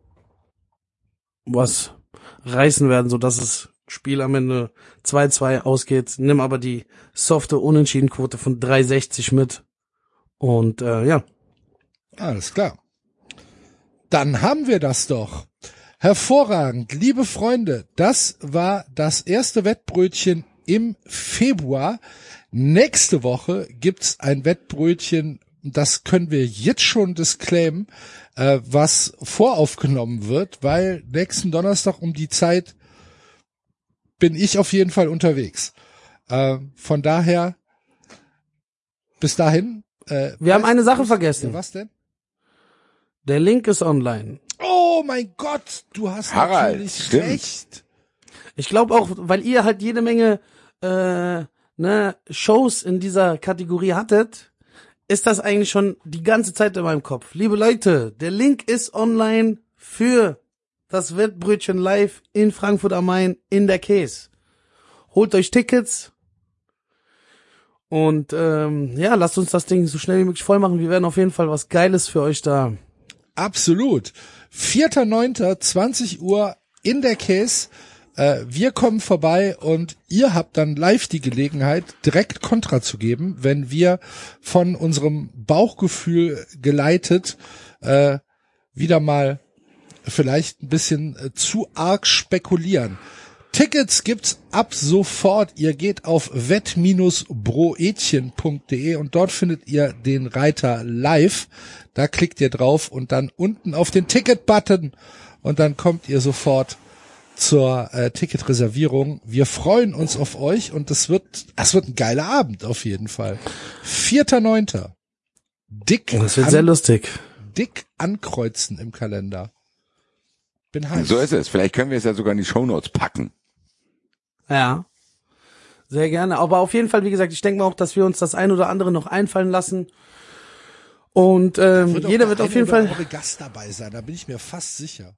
was reißen werden, so dass das Spiel am Ende 2-2 ausgeht. Nimm aber die softe Unentschiedenquote von 3,60 mit. Und ja. Alles klar. Dann haben wir das doch. Hervorragend. Liebe Freunde, das war das erste Wettbrötchen im Februar. Nächste Woche gibt's ein Wettbrötchen, das können wir jetzt schon disclaimen, was voraufgenommen wird, weil nächsten Donnerstag um die Zeit bin ich auf jeden Fall unterwegs. Von daher, bis dahin. Wir haben eine Sache vergessen. Was denn? Der Link ist online. Oh mein Gott, du hast Harald, natürlich stimmt. recht. Ich glaube auch, weil ihr halt jede Menge Shows in dieser Kategorie hattet, ist das eigentlich schon die ganze Zeit in meinem Kopf. Liebe Leute, der Link ist online für das Wettbrötchen live in Frankfurt am Main in der Käse. Holt euch Tickets und ja, lasst uns das Ding so schnell wie möglich voll machen. Wir werden auf jeden Fall was Geiles für euch da. Absolut. 4.9., 20 Uhr in der Käse. Wir kommen vorbei und ihr habt dann live die Gelegenheit, direkt Kontra zu geben, wenn wir von unserem Bauchgefühl geleitet wieder mal vielleicht ein bisschen zu arg spekulieren. Tickets gibt's ab sofort. Ihr geht auf wett-broetchen.de und dort findet ihr den Reiter live. Da klickt ihr drauf und dann unten auf den Ticket-Button und dann kommt ihr sofort zur Ticketreservierung. Wir freuen uns auf euch und das wird ein geiler Abend auf jeden Fall. 4.9. Dick. Das wird sehr lustig. Dick ankreuzen im Kalender. Bin heiß. So ist es. Vielleicht können wir es ja sogar in die Shownotes packen. Ja, sehr gerne. Aber auf jeden Fall, wie gesagt, ich denke mal auch, dass wir uns das ein oder andere noch einfallen lassen. Und jeder wird auf jeden Fall Gast dabei sein, da bin ich mir fast sicher.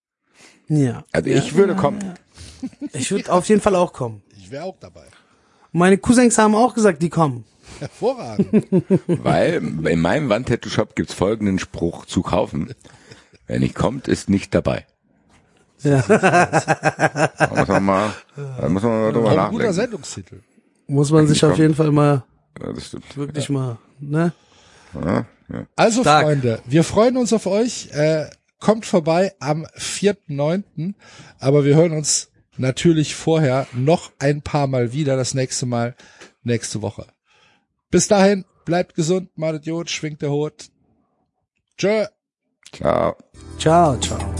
Ja. Also ich würde kommen. Ich würde auf jeden Fall auch kommen. Ich wäre auch dabei. Meine Cousins haben auch gesagt, die kommen. Hervorragend. Weil in meinem Wandtattoo-Shop gibt's folgenden Spruch zu kaufen. Wer nicht kommt, ist nicht dabei. Ja. Da muss man mal drüber Auch ein guter nachdenken. Sendungstitel. Muss man sich auf jeden Fall mal, Ja, das stimmt. wirklich mal, ne? Ja. Also Stark. Freunde, wir freuen uns auf euch. Kommt vorbei am 4.9. Aber wir hören uns natürlich vorher noch ein paar Mal wieder. Das nächste Mal nächste Woche. Bis dahin, bleibt gesund, malet Jod, schwingt der Hut. Tschö. Ciao. Ciao, ciao.